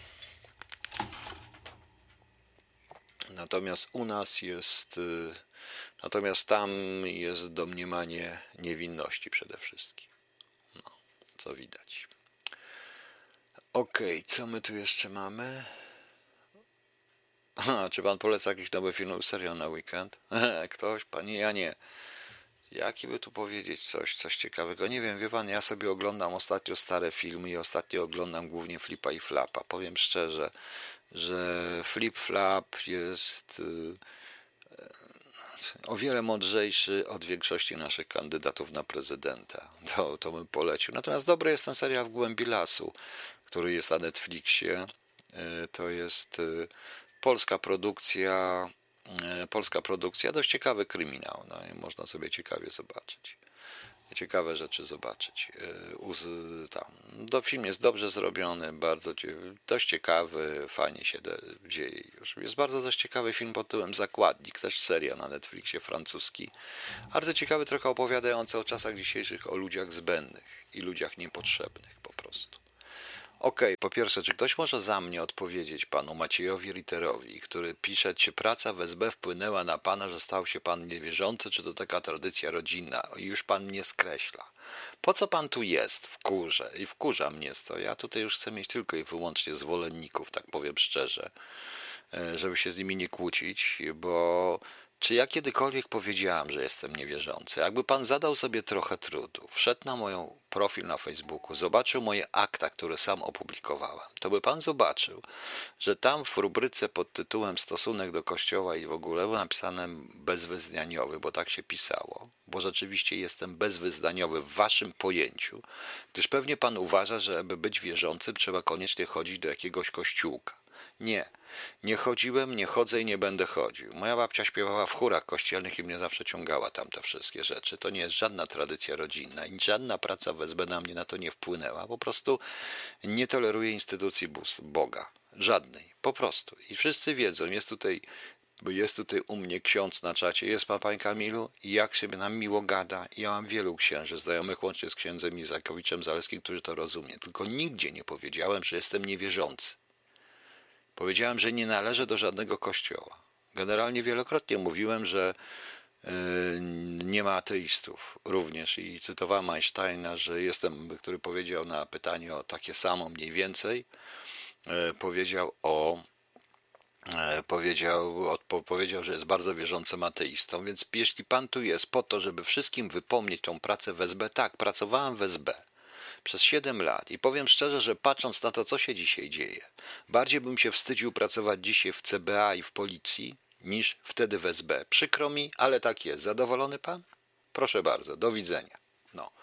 Natomiast u nas jest, natomiast tam jest domniemanie niewinności przede wszystkim. No, co widać. Okej, okay, co my tu jeszcze mamy? Czy pan poleca jakiś nowy film lub serial na weekend? Ktoś? Pani? Ja nie. Jaki by tu powiedzieć coś, coś ciekawego? Nie wiem, wie pan, ja sobie oglądam ostatnio stare filmy i ostatnio oglądam głównie Flipa i Flapa. Powiem szczerze, że Flip Flap jest y, o wiele mądrzejszy od większości naszych kandydatów na prezydenta. To, to bym polecił. Natomiast dobry jest ten serial W głębi lasu, który jest na Netflixie. Y, To jest y, polska produkcja, y, polska produkcja, dość ciekawy kryminał. No i można sobie ciekawie zobaczyć. Ciekawe rzeczy zobaczyć. Y, uz- Tam. Do, film jest dobrze zrobiony, bardzo cie- dość ciekawy, fajnie się de, dzieje już. Jest bardzo dość ciekawy film pod tytułem Zakładnik, też seria na Netflixie francuski. Bardzo ciekawy, trochę opowiadający o czasach dzisiejszych, o ludziach zbędnych i ludziach niepotrzebnych po prostu. Okej, po pierwsze, czy ktoś może za mnie odpowiedzieć panu Maciejowi Ritterowi, który pisze, czy praca w S B wpłynęła na pana, że stał się pan niewierzący, czy to taka tradycja rodzinna i już pan mnie skreśla? Po co pan tu jest w kurze? I wkurza mnie to. Ja tutaj już chcę mieć tylko i wyłącznie zwolenników, tak powiem szczerze, e, żeby się z nimi nie kłócić, bo czy ja kiedykolwiek powiedziałam, że jestem niewierzący? Jakby pan zadał sobie trochę trudu, wszedł na moją profil na Facebooku, zobaczył moje akta, które sam opublikowałem, to by pan zobaczył, że tam w rubryce pod tytułem Stosunek do Kościoła i w ogóle było napisane bezwyznaniowy, bo tak się pisało, bo rzeczywiście jestem bezwyznaniowy w waszym pojęciu, gdyż pewnie pan uważa, że aby być wierzącym trzeba koniecznie chodzić do jakiegoś kościółka. Nie, nie chodziłem, nie chodzę i nie będę chodził. Moja babcia śpiewała w chórach kościelnych i mnie zawsze ciągała tam te wszystkie rzeczy. To nie jest żadna tradycja rodzinna i żadna praca w S B na mnie na to nie wpłynęła. Po prostu nie toleruję instytucji Boga. Żadnej. Po prostu. I wszyscy wiedzą, jest tutaj, bo jest tutaj u mnie ksiądz na czacie, jest pan, panie Kamilu, i jak się nam miło gada. I ja mam wielu księży znajomych, łącznie z księdzem Izakowiczem Zaleskim, którzy to rozumieją. Tylko nigdzie nie powiedziałem, że jestem niewierzący. Powiedziałem, że nie należę do żadnego kościoła. Generalnie wielokrotnie mówiłem, że yy, nie ma ateistów również i cytowałem Einsteina, że jestem, który powiedział na pytanie o takie samo mniej więcej, yy, powiedział o yy, powiedział, odpo, powiedział, że jest bardzo wierzącym ateistą, więc jeśli pan tu jest po to, żeby wszystkim wypomnieć tą pracę w S B, tak, pracowałem w S B przez siedem lat i powiem szczerze, że patrząc na to, co się dzisiaj dzieje, bardziej bym się wstydził pracować dzisiaj w C B A i w policji, niż wtedy w S B. Przykro mi, ale tak jest. Zadowolony pan? Proszę bardzo, do widzenia. No.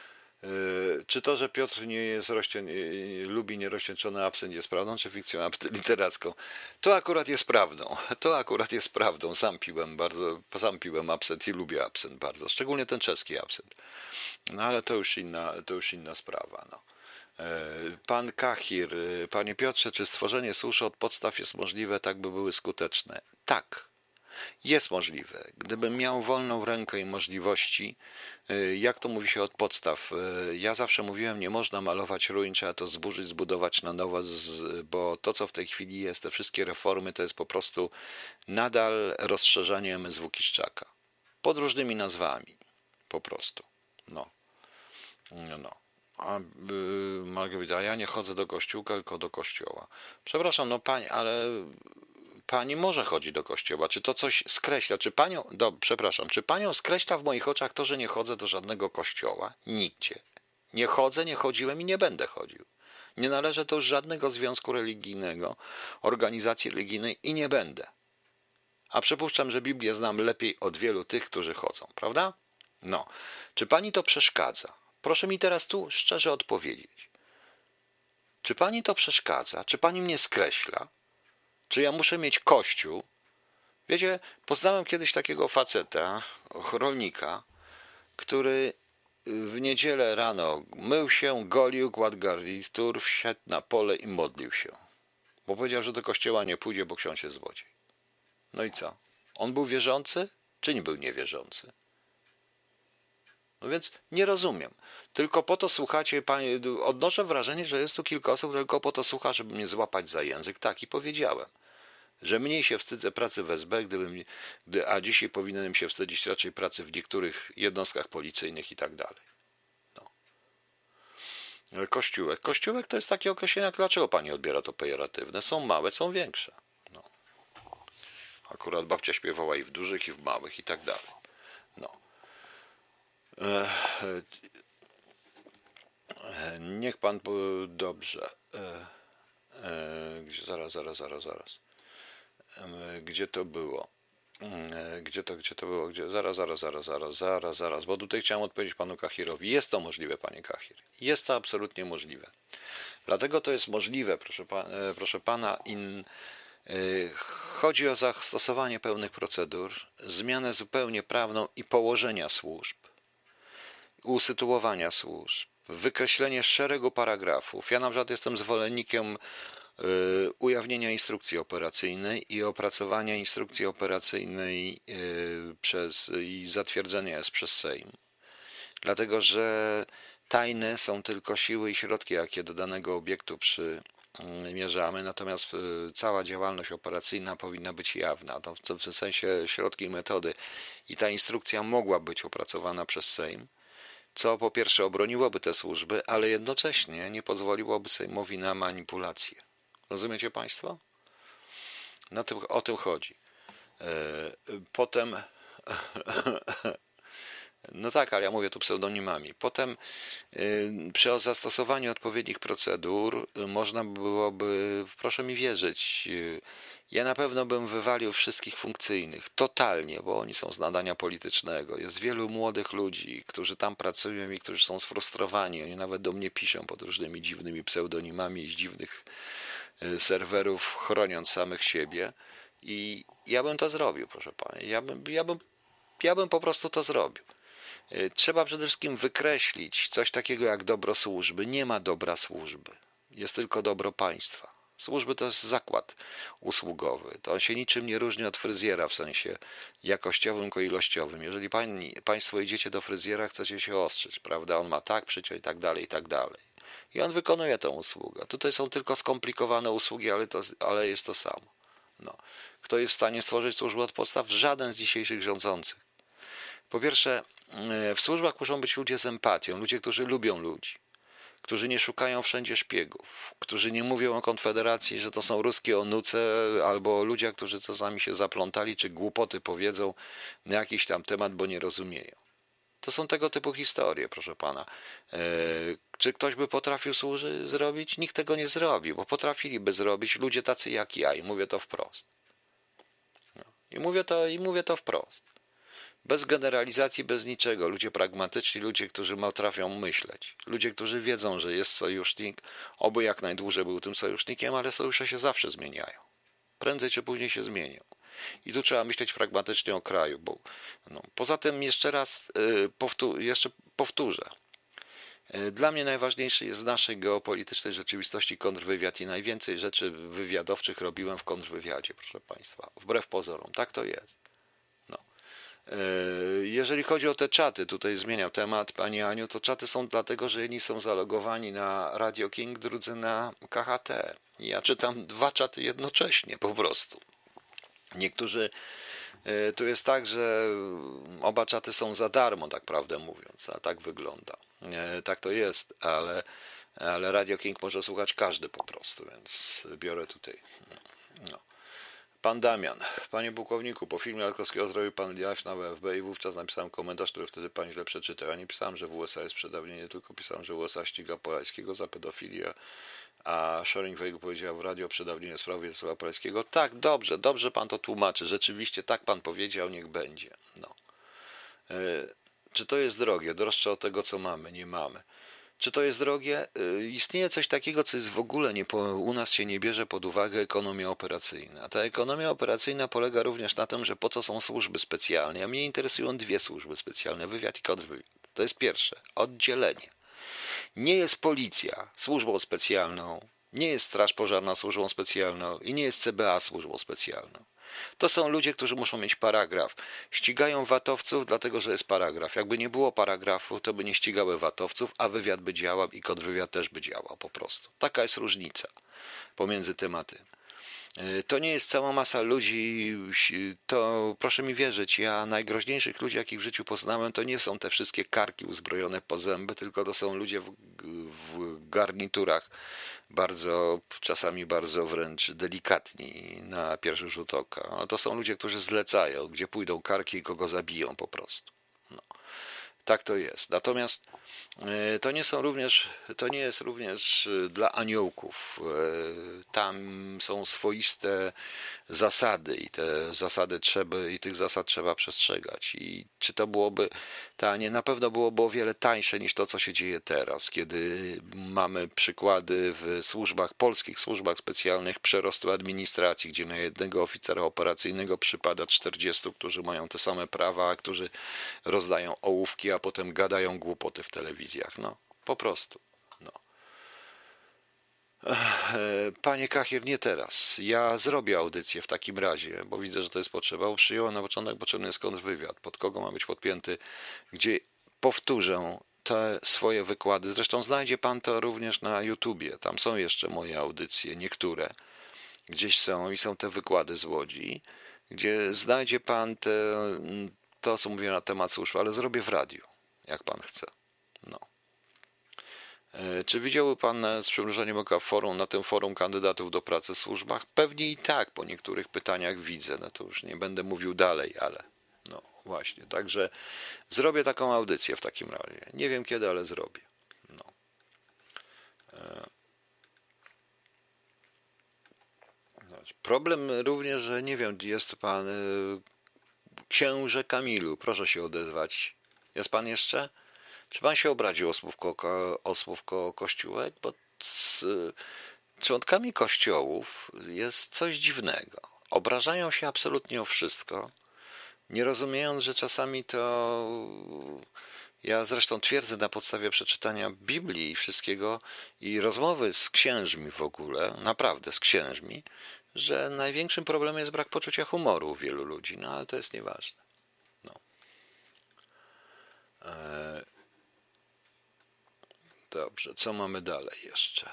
Yy, czy to, że Piotr nie jest rozcię... yy, lubi nierozcieńczony absent jest prawdą, czy fikcją literacką? To akurat jest prawdą. To akurat jest prawdą. Sam piłem bardzo, sam piłem absent i lubię absent bardzo. Szczególnie ten czeski absent. No ale to już inna, to już inna sprawa. No. Pan Kahir, panie Piotrze, czy stworzenie suszy od podstaw jest możliwe, tak by były skuteczne? Tak, jest możliwe. Gdybym miał wolną rękę i możliwości, jak to mówi się od podstaw, ja zawsze mówiłem, nie można malować ruin, trzeba to zburzyć, zbudować na nowo, bo to, co w tej chwili jest, te wszystkie reformy, to jest po prostu nadal rozszerzanie M S W Kiszczaka. Pod różnymi nazwami. Po prostu. No. No, no. A, yy, Margarita, a ja nie chodzę do kościółka, tylko do kościoła. Przepraszam, no pani, ale pani może chodzi do kościoła. Czy to coś skreśla? Czy panią, do, przepraszam, czy panią skreśla w moich oczach to, że nie chodzę do żadnego kościoła? Nigdzie. Nie chodzę, nie chodziłem i nie będę chodził. Nie należę do żadnego związku religijnego, organizacji religijnej i nie będę. A przypuszczam, że Biblię znam lepiej od wielu tych, którzy chodzą, prawda? No. Czy pani to przeszkadza? Proszę mi teraz tu szczerze odpowiedzieć. Czy pani to przeszkadza? Czy pani mnie skreśla? Czy ja muszę mieć kościół? Wiecie, poznałem kiedyś takiego faceta, rolnika, który w niedzielę rano mył się, golił, kładł garnitur, wsiadł na pole i modlił się. Bo powiedział, że do kościoła nie pójdzie, bo ksiądz jest złodziej. No i co? On był wierzący, czy nie był niewierzący? No więc nie rozumiem. Tylko po to słuchacie, panie, odnoszę wrażenie, że jest tu kilka osób, tylko po to słucha, żeby mnie złapać za język. Tak, i powiedziałem, że mniej się wstydzę pracy w S B, gdybym, gdy, a dzisiaj powinienem się wstydzić raczej pracy w niektórych jednostkach policyjnych i tak dalej. No. Kościółek. Kościółek to jest takie określenie, dlaczego pani odbiera to pejoratywne? Są małe, są większe. No. Akurat babcia śpiewała i w dużych, i w małych, i tak dalej. No. E, e, niech pan... po- Dobrze. E, e, gdzie, zaraz, zaraz, zaraz, zaraz. E, gdzie to było? E, Gdzie to, gdzie to było? Gdzie? Zaraz, zaraz, zaraz, zaraz, zaraz, zaraz, bo tutaj chciałem odpowiedzieć panu Kachirowi. Jest to możliwe, panie Kachir. Jest to absolutnie możliwe. Dlatego to jest możliwe, proszę, pa, e, proszę pana, in, e, chodzi o zastosowanie pełnych procedur, zmianę zupełnie prawną i położenia służb, usytuowania służb, wykreślenie szeregu paragrafów. Ja na przykład jestem zwolennikiem y, ujawnienia instrukcji operacyjnej i opracowania instrukcji operacyjnej y, przez, i zatwierdzenia jest przez Sejm. Dlatego, że tajne są tylko siły i środki, jakie do danego obiektu przymierzamy, natomiast y, cała działalność operacyjna powinna być jawna, to w, w sensie środki i metody. I ta instrukcja mogła być opracowana przez Sejm, co po pierwsze obroniłoby te służby, ale jednocześnie nie pozwoliłoby Sejmowi na manipulację. Rozumiecie państwo? Na tym, o tym chodzi. Potem, no tak, ale ja mówię tu pseudonimami. Potem przy zastosowaniu odpowiednich procedur można byłoby, proszę mi wierzyć, ja na pewno bym wywalił wszystkich funkcyjnych, totalnie, bo oni są z nadania politycznego. Jest wielu młodych ludzi, którzy tam pracują i którzy są sfrustrowani. Oni nawet do mnie piszą pod różnymi dziwnymi pseudonimami z dziwnych serwerów, chroniąc samych siebie. I ja bym to zrobił, proszę pana. Ja bym, ja bym, ja bym po prostu to zrobił. Trzeba przede wszystkim wykreślić coś takiego jak dobro służby. Nie ma dobra służby. Jest tylko dobro państwa. Służby to jest zakład usługowy. To on się niczym nie różni od fryzjera w sensie jakościowym, tylko ilościowym. Jeżeli pani, państwo idziecie do fryzjera, chcecie się ostrzyć, prawda? On ma tak, przyciąć i tak dalej, i tak dalej. I on wykonuje tę usługę. Tutaj są tylko skomplikowane usługi, ale, to, ale jest to samo. No. Kto jest w stanie stworzyć służbę od podstaw? Żaden z dzisiejszych rządzących. Po pierwsze, w służbach muszą być ludzie z empatią, ludzie, którzy lubią ludzi, którzy nie szukają wszędzie szpiegów, którzy nie mówią o Konfederacji, że to są ruskie onuce, albo ludzie, którzy czasami się zaplątali, czy głupoty powiedzą na jakiś tam temat, bo nie rozumieją. To są tego typu historie, proszę pana. Eee, czy ktoś by potrafił służy zrobić? Nikt tego nie zrobił, bo potrafiliby zrobić ludzie tacy jak ja i mówię to wprost. No. I mówię to, i mówię to wprost. Bez generalizacji, bez niczego. Ludzie pragmatyczni, ludzie, którzy potrafią myśleć. Ludzie, którzy wiedzą, że jest sojusznik, oby jak najdłużej był tym sojusznikiem, ale sojusze się zawsze zmieniają. Prędzej czy później się zmienią. I tu trzeba myśleć pragmatycznie o kraju. Bo, no, poza tym jeszcze raz yy, powtór- jeszcze powtórzę. Yy, dla mnie najważniejszy jest w naszej geopolitycznej rzeczywistości kontrwywiad i najwięcej rzeczy wywiadowczych robiłem w kontrwywiadzie, proszę państwa. Wbrew pozorom. Tak to jest. Jeżeli chodzi o te czaty, tutaj zmieniam temat, Pani Aniu, to czaty są dlatego, że jedni są zalogowani na Radio King, drudzy na K H T. Ja czytam dwa czaty jednocześnie po prostu. Niektórzy, tu jest tak, że oba czaty są za darmo, tak prawdę mówiąc, a tak wygląda. Tak to jest, ale, ale Radio King może słuchać każdy po prostu, więc biorę tutaj. No. Pan Damian. Panie pułkowniku, po filmie Alkowskiego zrobił pan live na W F B i wówczas napisałem komentarz, który wtedy pan źle przeczytał. Ja nie pisałem, że w U S A jest przedawnienie, tylko pisałem, że U S A ściga Polańskiego za pedofilię, a Schoringweg powiedział w radio o przedawnieniu sprawy Wiesława Polańskiego. Tak, dobrze, dobrze pan to tłumaczy. Rzeczywiście tak pan powiedział, niech będzie. No. Yy, czy to jest drogie? Droższe od tego, co mamy? Nie mamy. Czy to jest drogie? Istnieje coś takiego, co jest w ogóle nie, u nas się nie bierze pod uwagę ekonomia operacyjna. Ta ekonomia operacyjna polega również na tym, że po co są służby specjalne. A mnie interesują dwie służby specjalne, wywiad i kontrwywiad. To jest pierwsze, oddzielenie. Nie jest policja służbą specjalną, nie jest straż pożarna służbą specjalną i nie jest C B A służbą specjalną. To są ludzie, którzy muszą mieć paragraf. Ścigają watowców, dlatego że jest paragraf. Jakby nie było paragrafu, to by nie ścigały watowców, a wywiad by działał i kontrwywiad też by działał po prostu. Taka jest różnica pomiędzy tym a tym. To nie jest cała masa ludzi, to proszę mi wierzyć, ja najgroźniejszych ludzi, jakich w życiu poznałem, to nie są te wszystkie karki uzbrojone po zęby, tylko to są ludzie w, w garniturach, bardzo, czasami bardzo wręcz delikatni na pierwszy rzut oka. Ale to są ludzie, którzy zlecają, gdzie pójdą karki i kogo zabiją po prostu. No, tak to jest. Natomiast to nie są również, to nie jest również dla aniołków. Tam są swoiste zasady i te zasady trzeba, i tych zasad trzeba przestrzegać. I czy to byłoby tanie? Na pewno byłoby o wiele tańsze niż to, co się dzieje teraz, kiedy mamy przykłady w służbach, polskich służbach specjalnych przerostu administracji, gdzie na jednego oficera operacyjnego przypada czterdziestu, którzy mają te same prawa, którzy rozdają ołówki, a potem gadają głupoty w telewizjach. No, po prostu. No. Panie Kachier, nie teraz. Ja zrobię audycję w takim razie, bo widzę, że to jest potrzeba. Przyjąłem na początek, potrzebny jest kontrwywiad, pod kogo ma być podpięty, gdzie powtórzę te swoje wykłady. Zresztą znajdzie pan to również na YouTubie. Tam są jeszcze moje audycje, niektóre gdzieś są i są te wykłady z Łodzi, gdzie znajdzie pan te, to, co mówię na temat służb, ale zrobię w radiu, jak pan chce. No. Czy widziałby pan z przymrużeniem oka forum, na tym forum kandydatów do pracy w służbach? Pewnie i tak, po niektórych pytaniach widzę, no to już nie będę mówił dalej, ale no właśnie, także zrobię taką audycję w takim razie. Nie wiem kiedy, ale zrobię. No. Problem również, że nie wiem, jest pan księże Kamilu, proszę się odezwać. Jest pan jeszcze? Czy pan się obraził o słówko, o słówko kościółek? Bo z członkami kościołów jest coś dziwnego. Obrażają się absolutnie o wszystko, nie rozumiejąc, że czasami to... Ja zresztą twierdzę na podstawie przeczytania Biblii i wszystkiego i rozmowy z księżmi w ogóle, naprawdę z księżmi, że największym problemem jest brak poczucia humoru u wielu ludzi, no ale to jest nieważne. No. Eee... Dobrze, co mamy dalej jeszcze?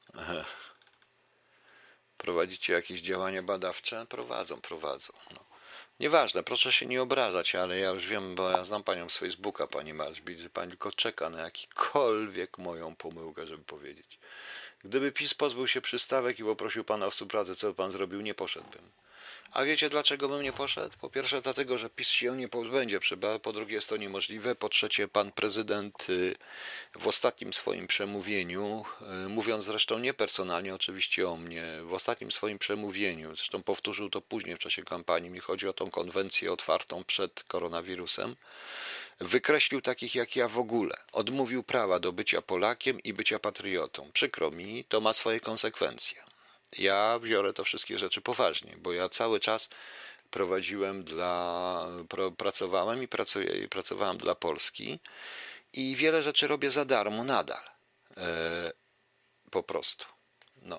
Prowadzicie jakieś działania badawcze? Prowadzą, prowadzą. No. Nieważne, proszę się nie obrażać, ale ja już wiem, bo ja znam panią z Facebooka, pani Malżbit, że pani tylko czeka na jakikolwiek moją pomyłkę, żeby powiedzieć. Gdyby PiS pozbył się przystawek i poprosił pana o współpracę, co by pan zrobił, nie poszedłbym. A wiecie, dlaczego bym nie poszedł? Po pierwsze dlatego, że PiS się nie pozbędzie, po drugie jest to niemożliwe, po trzecie pan prezydent w ostatnim swoim przemówieniu, mówiąc zresztą nie personalnie oczywiście o mnie, w ostatnim swoim przemówieniu, zresztą powtórzył to później w czasie kampanii, mi chodzi o tą konwencję otwartą przed koronawirusem, wykreślił takich jak ja w ogóle, odmówił prawa do bycia Polakiem i bycia patriotą. Przykro mi, to ma swoje konsekwencje. Ja biorę to wszystkie rzeczy poważnie, bo ja cały czas prowadziłem dla, pracowałem i pracuję i pracowałem dla Polski i wiele rzeczy robię za darmo nadal. E, po prostu. No.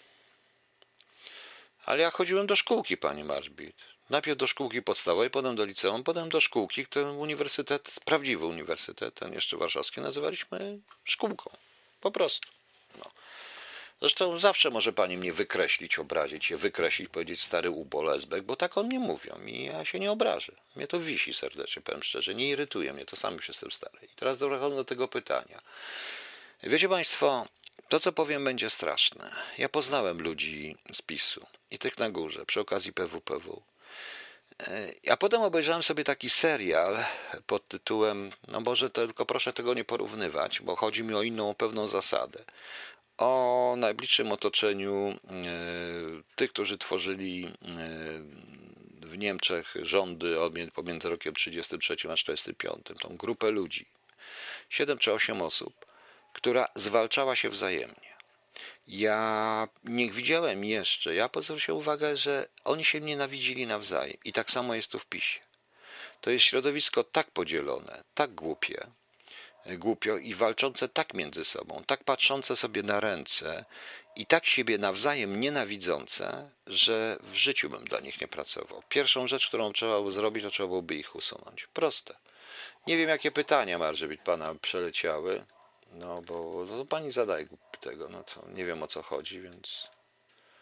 Ale ja chodziłem do szkółki, pani Marszbit. Najpierw do szkółki podstawowej, potem do liceum, potem do szkółki, który uniwersytet, prawdziwy uniwersytet, ten jeszcze warszawski, nazywaliśmy szkółką. Po prostu. No. Zresztą zawsze może pani mnie wykreślić, obrazić się, wykreślić, powiedzieć stary ubo, lesbek, bo tak o mnie mówią i ja się nie obrażę. Mnie to wisi serdecznie, powiem szczerze, nie irytuje mnie, to sam już jestem stary. I teraz dochodzę do tego pytania. Wiecie państwo, to co powiem będzie straszne. Ja poznałem ludzi z PiSu i tych na górze, przy okazji P W P W. A potem obejrzałem sobie taki serial pod tytułem, no może to, tylko proszę tego nie porównywać, bo chodzi mi o inną, pewną zasadę. O najbliższym otoczeniu tych, którzy tworzyli w Niemczech rządy pomiędzy rokiem trzydziestym trzecim a czterdziestym piątym. Tą grupę ludzi, siedem czy osiem osób, która zwalczała się wzajemnie. Ja nie widziałem jeszcze, ja zwróciłem uwagę, że oni się nienawidzili nawzajem i tak samo jest tu w PiSie. To jest środowisko tak podzielone, tak głupie, głupio i walczące tak między sobą, tak patrzące sobie na ręce i tak siebie nawzajem nienawidzące, że w życiu bym dla nich nie pracował. Pierwszą rzecz, którą trzeba by zrobić, to trzeba byłoby ich usunąć. Proste. Nie wiem, jakie pytania, Marżbit, pana przeleciały, no bo no, pani zadaje tego, no to nie wiem o co chodzi, więc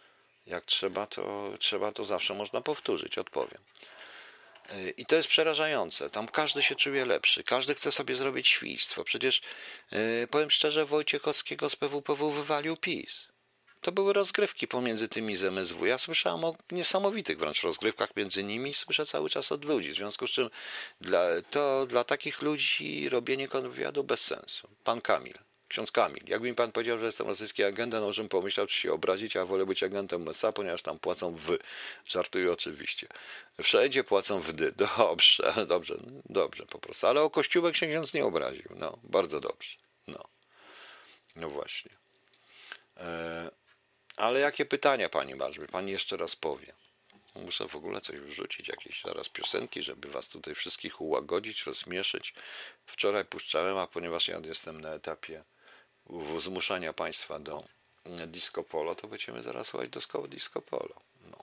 Jak trzeba, to trzeba, to zawsze można powtórzyć, odpowiem. I to jest przerażające. Tam każdy się czuje lepszy, każdy chce sobie zrobić świństwo. Przecież yy, powiem szczerze, Wojciechowskiego z P W P W wywalił PiS. To były rozgrywki pomiędzy tymi z M S W. Ja słyszałem o niesamowitych wręcz rozgrywkach między nimi, słyszę cały czas od ludzi. W związku z czym dla, to dla takich ludzi robienie kontrwywiadu bez sensu. Pan Kamil, ksiądz Kamil, jakby mi pan powiedział, że jestem rosyjski agentem, no żebym pomyślał, czy się obrazić, a wolę być agentem M S A, ponieważ tam płacą w. Żartuję oczywiście. Wszędzie płacą w dy. Dobrze, dobrze, dobrze po prostu. Ale o kościółek się ksiądz nie obraził. No, bardzo dobrze. No, no właśnie. E- Ale jakie pytania pani masz? Pani jeszcze raz powie. Muszę w ogóle coś wrzucić, jakieś zaraz piosenki, żeby was tutaj wszystkich ułagodzić, rozmieszyć. Wczoraj puszczałem, a ponieważ ja jestem na etapie zmuszania państwa do disco polo, to będziemy zaraz słuchać do disco polo. No.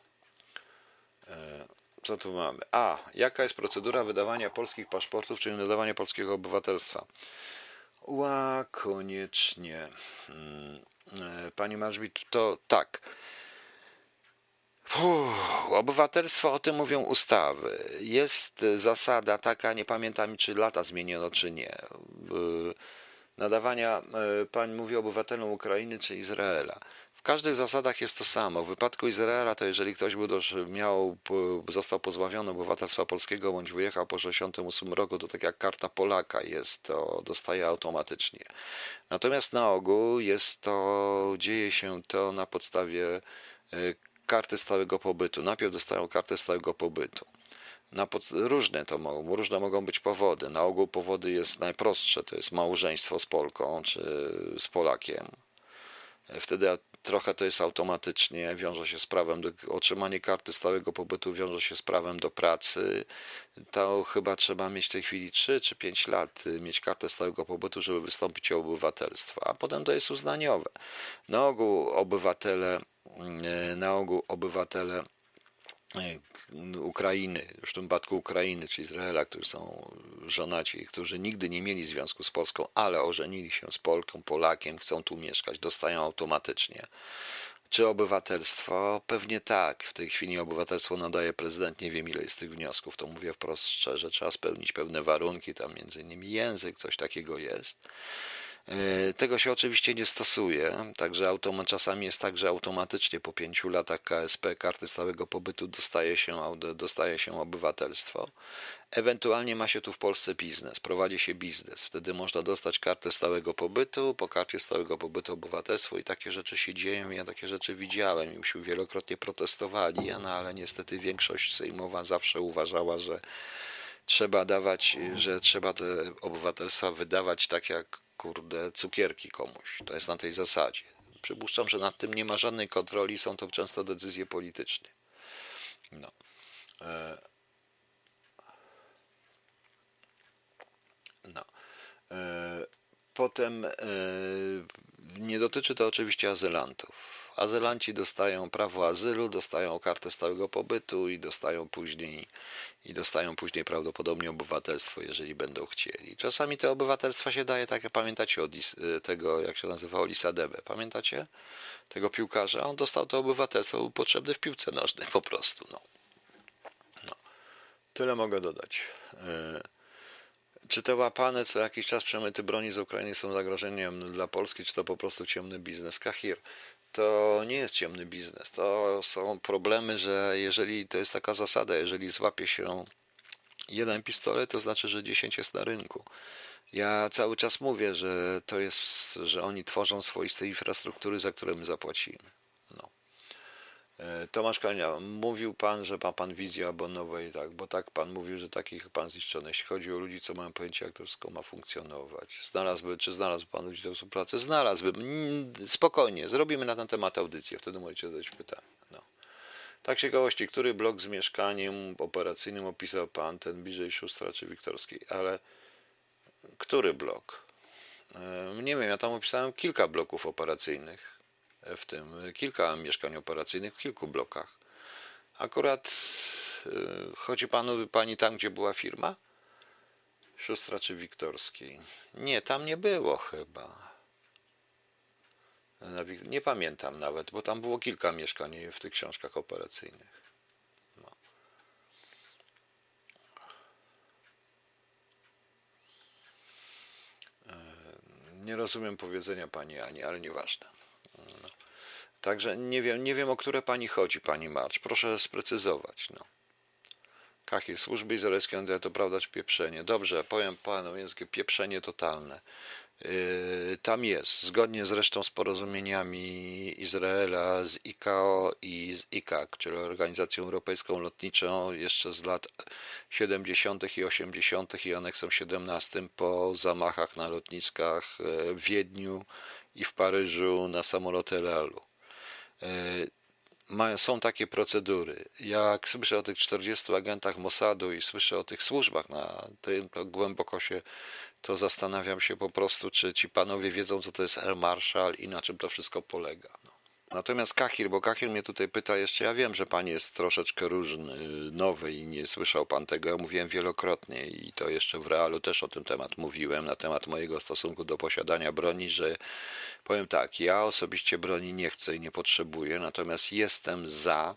Co tu mamy? A, jaka jest procedura wydawania polskich paszportów, czyli nadawania polskiego obywatelstwa? Ła, koniecznie. Hmm. Pani Małgorzata, to tak. Uff, obywatelstwo, o tym mówią ustawy. Jest zasada taka, nie pamiętam czy lata zmieniono, czy nie. Nadawania, pani mówi obywatelom Ukrainy czy Izraela. W każdych zasadach jest to samo. W wypadku Izraela to jeżeli ktoś był doż, miał, został pozbawiony obywatelstwa polskiego bądź wyjechał po sześćdziesiątym ósmym roku, to tak jak karta Polaka jest, to dostaje automatycznie. Natomiast na ogół jest to, dzieje się to na podstawie karty stałego pobytu. Najpierw dostają kartę stałego pobytu. Na pod... Różne to mogą, różne mogą być powody. Na ogół powody jest najprostsze, to jest małżeństwo z Polką czy z Polakiem. Wtedy trochę to jest automatycznie, wiąże się z prawem do otrzymania karty stałego pobytu, wiąże się z prawem do pracy. To chyba trzeba mieć w tej chwili trzy czy pięć lat, mieć kartę stałego pobytu, żeby wystąpić o obywatelstwo, a potem to jest uznaniowe. Na ogół obywatele, na ogół obywatele Ukrainy, w tym przypadku Ukrainy czy Izraela, którzy są żonaci, którzy nigdy nie mieli związku z Polską, ale ożenili się z Polką, Polakiem, chcą tu mieszkać, dostają automatycznie. Czy obywatelstwo? Pewnie tak. W tej chwili obywatelstwo nadaje prezydent, nie wiem ile jest tych wniosków, to mówię wprost szczerze, trzeba spełnić pewne warunki, tam między innymi język, coś takiego jest. Tego się oczywiście nie stosuje, także automat, czasami jest tak, że automatycznie po pięciu latach K S P, karty stałego pobytu, dostaje się, dostaje się obywatelstwo. Ewentualnie ma się tu w Polsce biznes, prowadzi się biznes, wtedy można dostać kartę stałego pobytu, po karcie stałego pobytu obywatelstwo i takie rzeczy się dzieją, ja takie rzeczy widziałem i myśmy wielokrotnie protestowali, no ale niestety większość sejmowa zawsze uważała, że trzeba dawać, że trzeba te obywatelstwa wydawać tak jak kurde cukierki komuś. To jest na tej zasadzie. Przypuszczam, że nad tym nie ma żadnej kontroli, są to często decyzje polityczne. No. No. Potem nie dotyczy to oczywiście azylantów. Azylanci dostają prawo azylu, dostają kartę stałego pobytu i dostają później i dostają później prawdopodobnie obywatelstwo, jeżeli będą chcieli. Czasami te obywatelstwa się daje, tak jak pamiętacie od tego, jak się nazywało, Lisadebe. Pamiętacie? Tego piłkarza? On dostał to obywatelstwo, był potrzebny w piłce nożnej po prostu. No. No. Tyle mogę dodać. Czy te łapane co jakiś czas przemyty broni z Ukrainy są zagrożeniem dla Polski, czy to po prostu ciemny biznes? Kahir, to nie jest ciemny biznes. To są problemy, że jeżeli to jest taka zasada, jeżeli złapie się jeden pistolet, to znaczy, że dziesięć jest na rynku. Ja cały czas mówię, że to jest, że oni tworzą swoiste infrastruktury, za które my zapłacimy. No. Tomasz Kania, mówił pan, że ma pan wizję abonowej, tak, bo tak pan mówił, że takich pan zniszczony. Jeśli chodzi o ludzi, co mają pojęcie, jak to wszystko ma funkcjonować. Znalazłby, czy znalazł pan ludzi do współpracy? Znalazłbym. Spokojnie, zrobimy na ten temat audycję, wtedy możecie zadać pytanie. No. Tak ciekawości, który blok z mieszkaniem operacyjnym opisał pan, ten bliżej Szóstra czy Wiktorskiej, ale który blok? Nie wiem, ja tam opisałem kilka bloków operacyjnych, w tym kilka mieszkań operacyjnych w kilku blokach. Akurat chodzi panu, pani tam, gdzie była firma? Szóstra czy Wiktorskiej? Nie, tam nie było chyba. Nie pamiętam nawet, bo tam było kilka mieszkań w tych książkach operacyjnych. No. Nie rozumiem powiedzenia pani Ani, ale nieważne. No. Także nie wiem, nie wiem, o które pani chodzi, pani Marcz. Proszę sprecyzować. No. Jakie służby izraelskie, to prawda czy pieprzenie? Dobrze, powiem panu, język pieprzenie totalne. Yy, tam jest, zgodnie zresztą z porozumieniami Izraela z I C A O i z I C A C, czyli Organizacją Europejską Lotniczą, jeszcze z lat siedemdziesiątych i osiemdziesiątych i aneksem siedemnastym po zamachach na lotniskach w Wiedniu i w Paryżu na samoloty El Alu. Yy, Mają, są takie procedury. Jak słyszę o tych czterdziestu agentach Mossadu i słyszę o tych służbach na tym, to głęboko się, to zastanawiam się po prostu, czy ci panowie wiedzą, co to jest Air Marshal i na czym to wszystko polega. No. Natomiast Kahir, bo Kahir mnie tutaj pyta jeszcze, ja wiem, że pan jest troszeczkę różny, nowy i nie słyszał pan tego, ja mówiłem wielokrotnie i to jeszcze w realu też o tym temat mówiłem, na temat mojego stosunku do posiadania broni, że powiem tak, ja osobiście broni nie chcę i nie potrzebuję, natomiast jestem za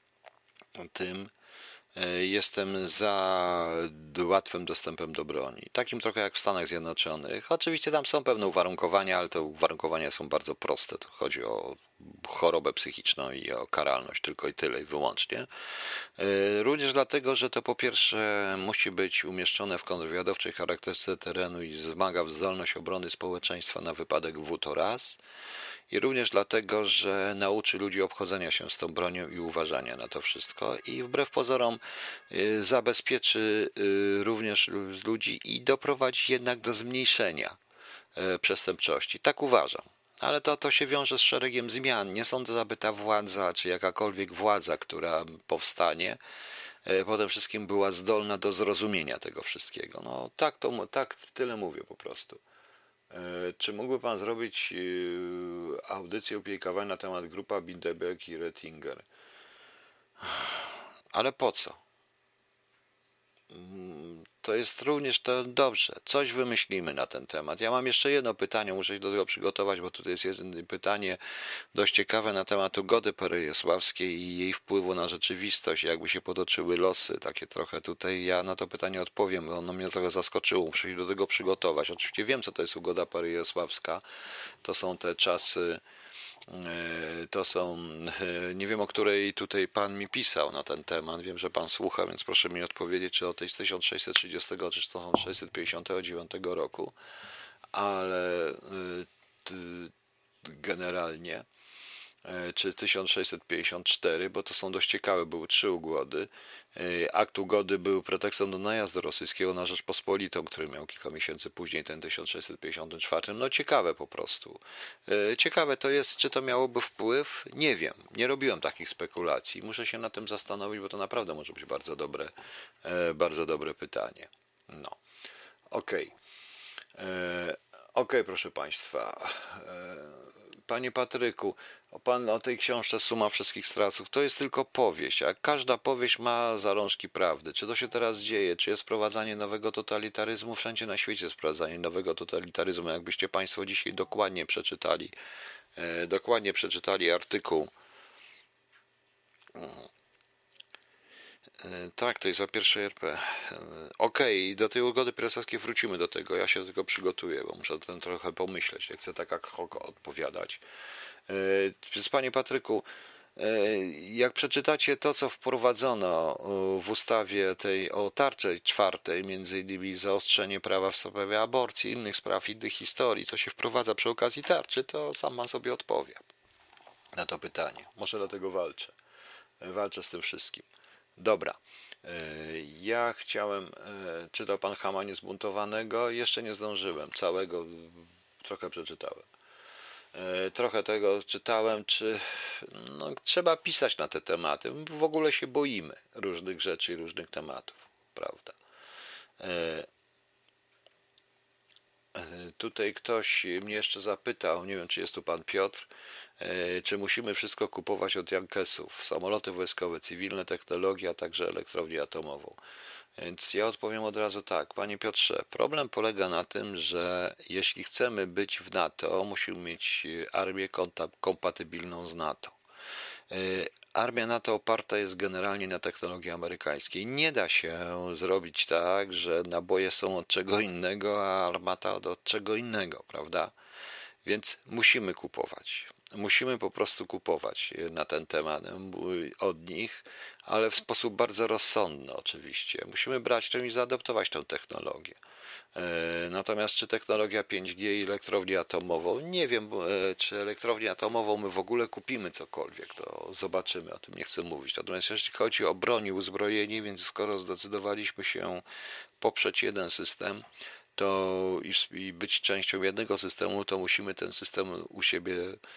tym, jestem za łatwym dostępem do broni. Takim trochę jak w Stanach Zjednoczonych. Oczywiście tam są pewne uwarunkowania, ale te uwarunkowania są bardzo proste. To chodzi o chorobę psychiczną i o karalność, tylko i tyle i wyłącznie. Również dlatego, że to po pierwsze musi być umieszczone w kontrwywiadowczej charakterystyce terenu i wzmaga w zdolność obrony społeczeństwa na wypadek W to raz. I również dlatego, że nauczy ludzi obchodzenia się z tą bronią i uważania na to wszystko i wbrew pozorom zabezpieczy również ludzi i doprowadzi jednak do zmniejszenia przestępczości. Tak uważam. Ale to, to się wiąże z szeregiem zmian. Nie sądzę, aby ta władza, czy jakakolwiek władza, która powstanie, potem wszystkim była zdolna do zrozumienia tego wszystkiego. No tak, to, tak tyle mówię po prostu. Czy mógłby pan zrobić audycję opiekawań na temat grupa Bilderberg i Rettinger? Ale po co? To jest również to dobrze. Coś wymyślimy na ten temat. Ja mam jeszcze jedno pytanie, muszę się do tego przygotować, bo tutaj jest jedno pytanie dość ciekawe na temat ugody perejosławskiej i jej wpływu na rzeczywistość, jakby się potoczyły losy, takie trochę tutaj. Ja na to pytanie odpowiem, bo ono mnie trochę zaskoczyło, muszę się do tego przygotować. Oczywiście wiem, co to jest ugoda perejosławska. To są te czasy, to są, nie wiem, o której tutaj pan mi pisał na ten temat, wiem, że pan słucha, więc proszę mi odpowiedzieć, czy o tej z tysiąc sześćset trzydziestego czy tysiąc sześćset pięćdziesiątego dziewiątego roku, ale generalnie, czy tysiąc sześćset pięćdziesiąt cztery, bo to są dość ciekawe, były trzy ugody. Akt ugody był pretekstem do najazdu rosyjskiego na Rzeczpospolitą, który miał kilka miesięcy później, ten tysiąc sześćset pięćdziesiąt cztery. No ciekawe po prostu. Ciekawe to jest, czy to miałoby wpływ? Nie wiem, nie robiłem takich spekulacji. Muszę się nad tym zastanowić, bo to naprawdę może być bardzo dobre, bardzo dobre pytanie. No, okej. Okay. Okej, proszę państwa. Panie Patryku, pan o tej książce Suma Wszystkich Straców, to jest tylko powieść, a każda powieść ma zalążki prawdy. Czy to się teraz dzieje? Czy jest wprowadzanie nowego totalitaryzmu? Wszędzie na świecie jest wprowadzanie nowego totalitaryzmu. Jakbyście państwo dzisiaj dokładnie przeczytali, e, dokładnie przeczytali artykuł. Tak, to jest za pierwsze R P. Okej, okay, do tej ugody perejosławskiej wrócimy do tego. Ja się do tego przygotuję, bo muszę o tym trochę pomyśleć. Nie chcę tak jak Hoko odpowiadać. Więc panie Patryku, jak przeczytacie to, co wprowadzono w ustawie tej o tarczy czwartej, między innymi zaostrzenie prawa w sprawie aborcji, innych spraw, innych historii, co się wprowadza przy okazji tarczy, to sam pan sobie odpowie na to pytanie. Może dlatego walczę. Walczę z tym wszystkim. Dobra, ja chciałem, czytał pan Hama Niezbuntowanego? Jeszcze nie zdążyłem, całego trochę przeczytałem. Trochę tego czytałem, czy no, trzeba pisać na te tematy. W ogóle się boimy różnych rzeczy i różnych tematów, prawda? Tutaj ktoś mnie jeszcze zapytał, nie wiem, czy jest tu pan Piotr, czy musimy wszystko kupować od Yankesów, samoloty wojskowe, cywilne technologie, a także elektrownię atomową. Więc ja odpowiem od razu tak, panie Piotrze, problem polega na tym, że jeśli chcemy być w NATO, musimy mieć armię kompatybilną z NATO. Armia NATO oparta jest generalnie na technologii amerykańskiej. Nie da się zrobić tak, że naboje są od czego innego, a armata od czego innego, prawda? Więc musimy kupować. Musimy po prostu kupować na ten temat od nich, ale w sposób bardzo rozsądny oczywiście. Musimy brać tę i zaadoptować tę technologię. Natomiast czy technologia pięć G i elektrownię atomową? Nie wiem, czy elektrownię atomową my w ogóle kupimy cokolwiek, to zobaczymy, o tym nie chcę mówić. Natomiast jeśli chodzi o broń i uzbrojenie, więc skoro zdecydowaliśmy się poprzeć jeden system, to i być częścią jednego systemu, to musimy ten system u siebie,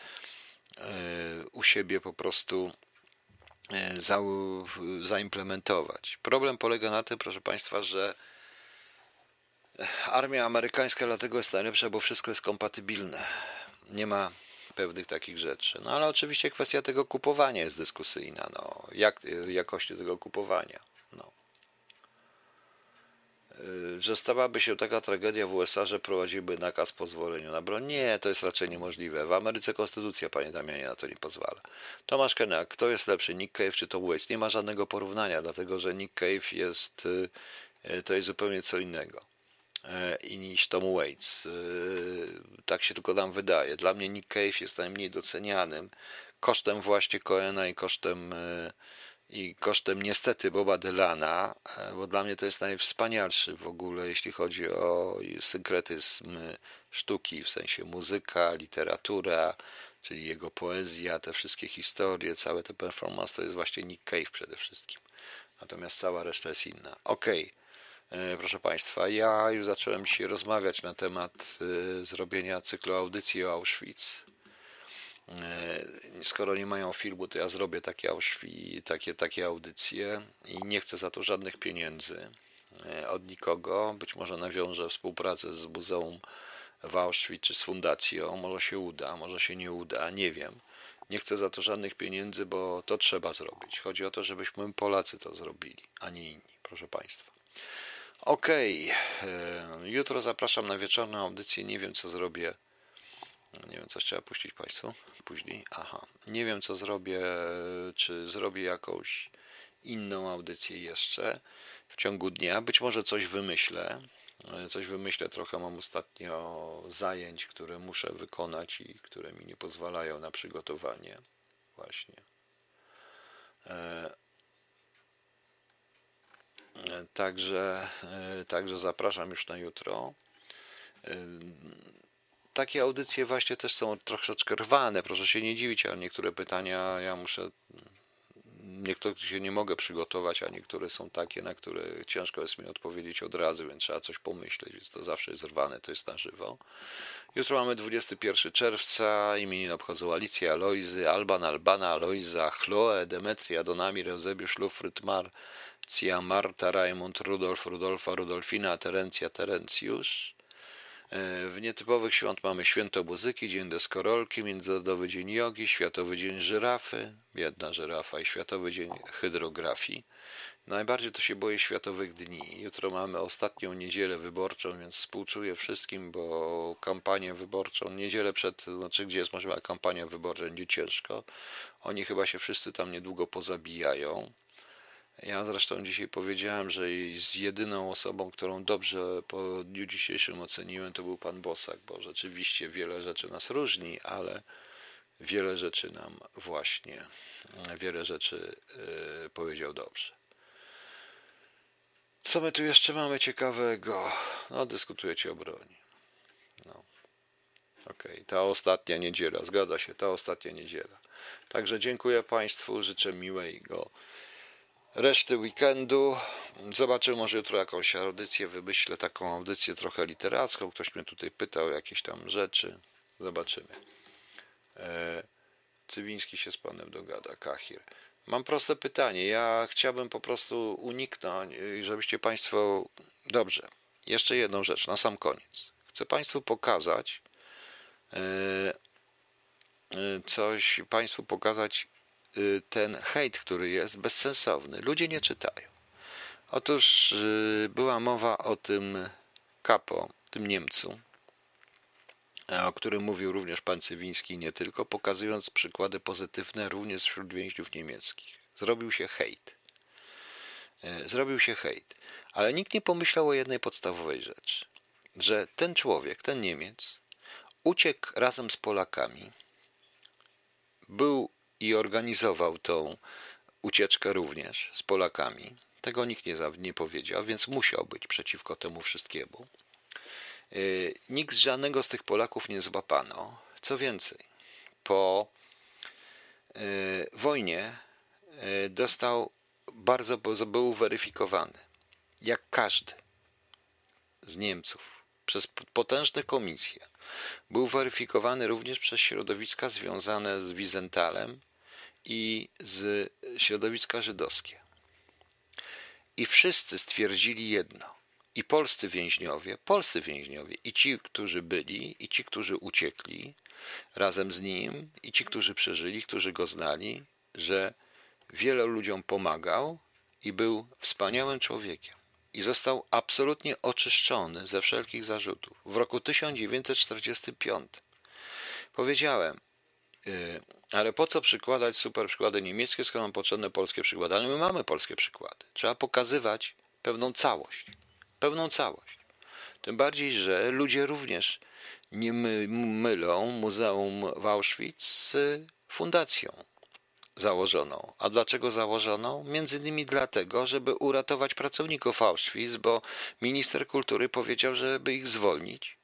u siebie po prostu za, zaimplementować. Problem polega na tym, proszę Państwa, że armia amerykańska dlatego jest najlepsza, bo wszystko jest kompatybilne. Nie ma pewnych takich rzeczy. No ale oczywiście kwestia tego kupowania jest dyskusyjna. No, jak, jakości tego kupowania. No. Że stałaby się taka tragedia w U S A, że prowadziłby nakaz pozwolenia na broń. Nie, to jest raczej niemożliwe. W Ameryce konstytucja, panie Damianie, na to nie pozwala. Tomasz Kenak, kto jest lepszy, Nick Cave czy Tom Waits? Nie ma żadnego porównania, dlatego że Nick Cave jest, to jest zupełnie co innego i niż Tom Waits. Tak się tylko nam wydaje. Dla mnie Nick Cave jest najmniej docenianym kosztem właśnie Coena i kosztem i kosztem niestety Boba Dylana, bo dla mnie to jest najwspanialszy w ogóle, jeśli chodzi o synkretyzm sztuki, w sensie muzyka, literatura, czyli jego poezja, te wszystkie historie, całe te performance, to jest właśnie Nick Cave przede wszystkim. Natomiast cała reszta jest inna. Okej, okay. Proszę Państwa, ja już zacząłem dzisiaj rozmawiać na temat zrobienia cyklu audycji o Auschwitz. Skoro nie mają filmu, to ja zrobię takie Auschwitz, takie, takie audycje i nie chcę za to żadnych pieniędzy od nikogo. Być może nawiążę współpracę z Muzeum w Auschwitz czy z fundacją. Może się uda, może się nie uda, nie wiem. Nie chcę za to żadnych pieniędzy, bo to trzeba zrobić. Chodzi o to, żebyśmy Polacy to zrobili, a nie inni, proszę Państwa. Okej, okay. Jutro zapraszam na wieczorną audycję. Nie wiem, co zrobię. Nie wiem, coś trzeba puścić Państwu później. Aha, nie wiem, co zrobię, czy zrobię jakąś inną audycję jeszcze w ciągu dnia. Być może coś wymyślę. Coś wymyślę, trochę mam ostatnio zajęć, które muszę wykonać i które mi nie pozwalają na przygotowanie. Właśnie. Także, także zapraszam już na jutro. Takie audycje właśnie też są troszeczkę rwane, proszę się nie dziwić, ale niektóre pytania ja muszę, niektórych się nie mogę przygotować, a niektóre są takie, na które ciężko jest mi odpowiedzieć od razu, więc trzeba coś pomyśleć, więc to zawsze jest rwane, to jest na żywo. Jutro mamy dwudziestego pierwszego czerwca, imieniny obchodzą Alicja, Alojzy, Alban, Albana, Alojza, Chloe, Demetria, Donamir, Eusebiusz, Lufryt, Marcia, Marta, Rajmund, Rudolf, Rudolfa, Rudolfina, Terencja, Terencjusz. W nietypowych świąt mamy święto muzyki, dzień deskorolki, międzynarodowy dzień jogi, światowy dzień żyrafy, biedna żyrafa i światowy dzień hydrografii. Najbardziej to się boję światowych dni. Jutro mamy ostatnią niedzielę wyborczą, więc współczuję wszystkim, bo kampanię wyborczą, niedzielę przed, znaczy gdzie jest możliwa kampania wyborcza, będzie ciężko. Oni chyba się wszyscy tam niedługo pozabijają. Ja zresztą dzisiaj powiedziałem, że z jedyną osobą, którą dobrze po dniu dzisiejszym oceniłem, to był pan Bosak, bo rzeczywiście wiele rzeczy nas różni, ale wiele rzeczy nam właśnie, wiele rzeczy yy, powiedział dobrze. Co my tu jeszcze mamy ciekawego? No, dyskutujecie o broni. No. Okej, okay. Ta ostatnia niedziela, zgadza się, ta ostatnia niedziela. Także dziękuję Państwu, życzę miłego reszty weekendu. Zobaczymy, może jutro jakąś audycję wymyślę, taką audycję trochę literacką. Ktoś mnie tutaj pytał o jakieś tam rzeczy. Zobaczymy. E, Cywiński się z panem dogada, Kahir. Mam proste pytanie. Ja chciałbym po prostu uniknąć, żebyście Państwo... Dobrze, jeszcze jedną rzecz na sam koniec. Chcę Państwu pokazać e, coś, Państwu pokazać ten hejt, który jest bezsensowny. Ludzie nie czytają. Otóż była mowa o tym kapo, tym Niemcu, o którym mówił również pan Cywiński, nie tylko, pokazując przykłady pozytywne również wśród więźniów niemieckich. Zrobił się hejt. Zrobił się hejt. Ale nikt nie pomyślał o jednej podstawowej rzeczy, że ten człowiek, ten Niemiec, uciekł razem z Polakami, był i organizował tą ucieczkę również z Polakami. Tego nikt nie, nie powiedział, więc musiał być przeciwko temu wszystkiemu. Nikt z żadnego z tych Polaków nie złapano. Co więcej, po wojnie dostał bardzo, był weryfikowany, jak każdy z Niemców, przez potężne komisje. Był weryfikowany również przez środowiska związane z Wiesentalem i z środowiska żydowskie. I wszyscy stwierdzili jedno. I polscy więźniowie, polscy więźniowie, i ci, którzy byli, i ci, którzy uciekli razem z nim, i ci, którzy przeżyli, którzy go znali, że wielu ludziom pomagał i był wspaniałym człowiekiem. I został absolutnie oczyszczony ze wszelkich zarzutów. W roku tysiąc dziewięćset czterdziestym piątym powiedziałem, yy, ale po co przykładać super przykłady niemieckie, skoro nam potrzebne polskie przykłady? Ale my mamy polskie przykłady. Trzeba pokazywać pewną całość. Pewną całość. Tym bardziej, że ludzie również nie my, mylą Muzeum w Auschwitz z fundacją założoną. A dlaczego założoną? Między innymi dlatego, żeby uratować pracowników Auschwitz, bo minister kultury powiedział, żeby ich zwolnić,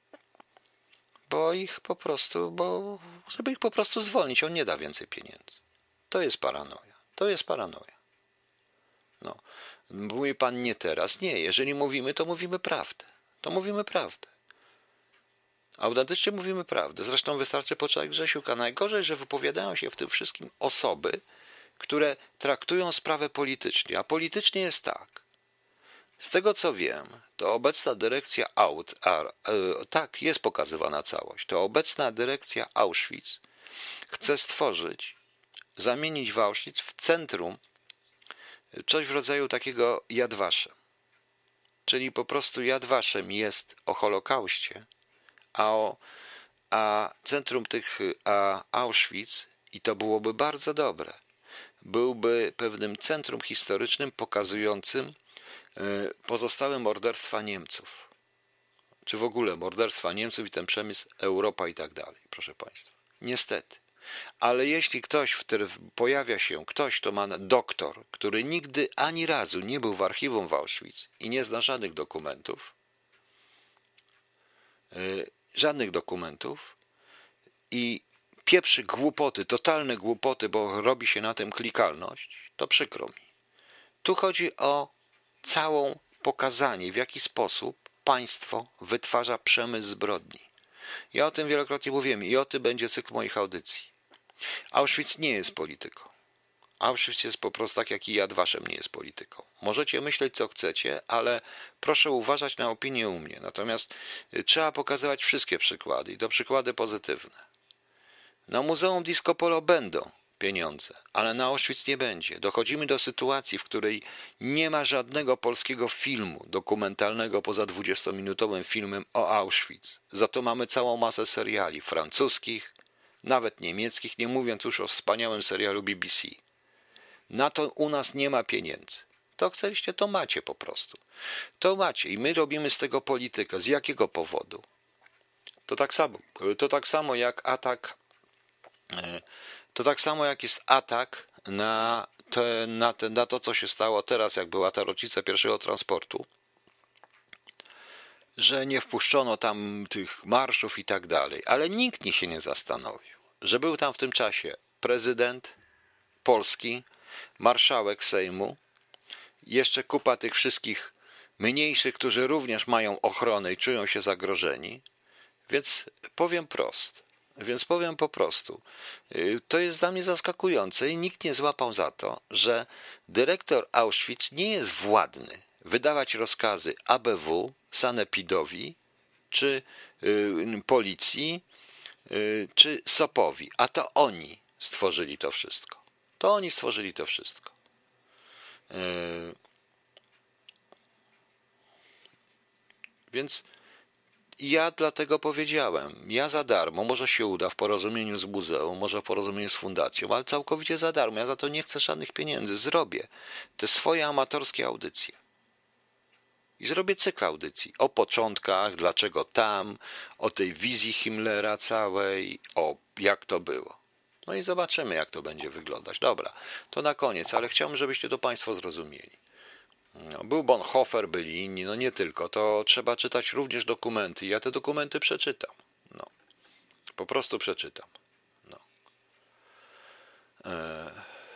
bo ich po prostu, bo żeby ich po prostu zwolnić, on nie da więcej pieniędzy. To jest paranoja. To jest paranoja. No. Mówi pan nie teraz. Nie, jeżeli mówimy, to mówimy prawdę. To mówimy prawdę. Autentycznie mówimy prawdę. Zresztą wystarczy poczytać Grzesiuka. Najgorzej, że wypowiadają się w tym wszystkim osoby, które traktują sprawę politycznie. A politycznie jest tak. Z tego co wiem, to obecna dyrekcja Aut, a, a, tak, jest pokazywana całość, to obecna dyrekcja Auschwitz chce stworzyć, zamienić w Auschwitz w centrum coś w rodzaju takiego Yad Vashem. Czyli po prostu Yad Vashem jest o Holokauście, a, o, a centrum tych a Auschwitz, i to byłoby bardzo dobre, byłby pewnym centrum historycznym pokazującym pozostałe morderstwa Niemców. Czy w ogóle morderstwa Niemców i ten przemysł, Europa i tak dalej, proszę państwa. Niestety. Ale jeśli ktoś, w którym pojawia się ktoś, kto ma doktor, który nigdy ani razu nie był w archiwum w Auschwitz i nie zna żadnych dokumentów, yy, żadnych dokumentów i pieprzy głupoty, totalne głupoty, bo robi się na tym klikalność, to przykro mi. Tu chodzi o całą pokazanie, w jaki sposób państwo wytwarza przemysł zbrodni. Ja o tym wielokrotnie mówiłem i o tym będzie cykl moich audycji. Auschwitz nie jest polityką. Auschwitz jest po prostu tak, jak i Yad Vashem nie jest polityką. Możecie myśleć, co chcecie, ale proszę uważać na opinię u mnie. Natomiast trzeba pokazywać wszystkie przykłady i to przykłady pozytywne. Na Muzeum Disco Polo będą pieniądze, ale na Auschwitz nie będzie. Dochodzimy do sytuacji, w której nie ma żadnego polskiego filmu dokumentalnego poza dwudziestominutowym filmem o Auschwitz. Za to mamy całą masę seriali francuskich, nawet niemieckich, nie mówiąc już o wspaniałym serialu B B C. Na to u nas nie ma pieniędzy. To chceliście, to macie po prostu. To macie i my robimy z tego politykę. Z jakiego powodu? To tak samo, to tak samo jak atak, to tak samo jak jest atak na, te, na, te, na to, co się stało teraz, jak była ta rocznica pierwszego transportu, że nie wpuszczono tam tych marszów i tak dalej, ale nikt nie się nie zastanowił, że był tam w tym czasie prezydent Polski, marszałek Sejmu, jeszcze kupa tych wszystkich mniejszych, którzy również mają ochronę i czują się zagrożeni, więc powiem prosto, więc powiem po prostu, to jest dla mnie zaskakujące i nikt nie złapał za to, że dyrektor Auschwitz nie jest władny wydawać rozkazy A B W, sanepidowi, czy y, policji, y, czy sopowi, a to oni stworzyli to wszystko. To oni stworzyli to wszystko. Y, Więc ja dlatego powiedziałem, ja za darmo, może się uda w porozumieniu z muzeum, może w porozumieniu z fundacją, ale całkowicie za darmo, ja za to nie chcę żadnych pieniędzy, zrobię te swoje amatorskie audycje. I zrobię cykl audycji o początkach, dlaczego tam, o tej wizji Himmlera całej, o jak to było. No i zobaczymy, jak to będzie wyglądać. Dobra, to na koniec, ale chciałbym, żebyście to Państwo zrozumieli. No, był Bonhoeffer, byli inni, no nie tylko. To trzeba czytać również dokumenty. Ja te dokumenty przeczytam. No, po prostu przeczytam. No. Eee.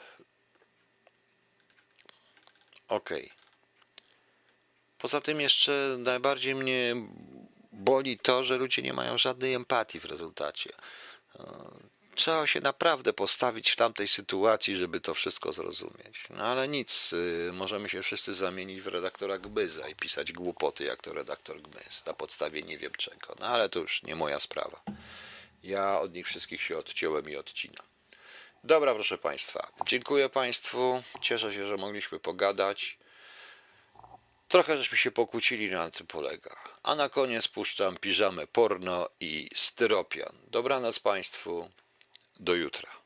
Okej. Okay. Poza tym jeszcze najbardziej mnie boli to, że ludzie nie mają żadnej empatii w rezultacie. Trzeba się naprawdę postawić w tamtej sytuacji, żeby to wszystko zrozumieć. No ale nic, możemy się wszyscy zamienić w redaktora Gmyza i pisać głupoty jak to redaktor Gmyz, na podstawie nie wiem czego. No ale to już nie moja sprawa. Ja od nich wszystkich się odciąłem i odcinam. Dobra, proszę Państwa, dziękuję Państwu, cieszę się, że mogliśmy pogadać. Trochę żeśmy się pokłócili, na tym polega. A na koniec puszczam piżamę porno i styropian. Dobranoc Państwu, do jutra.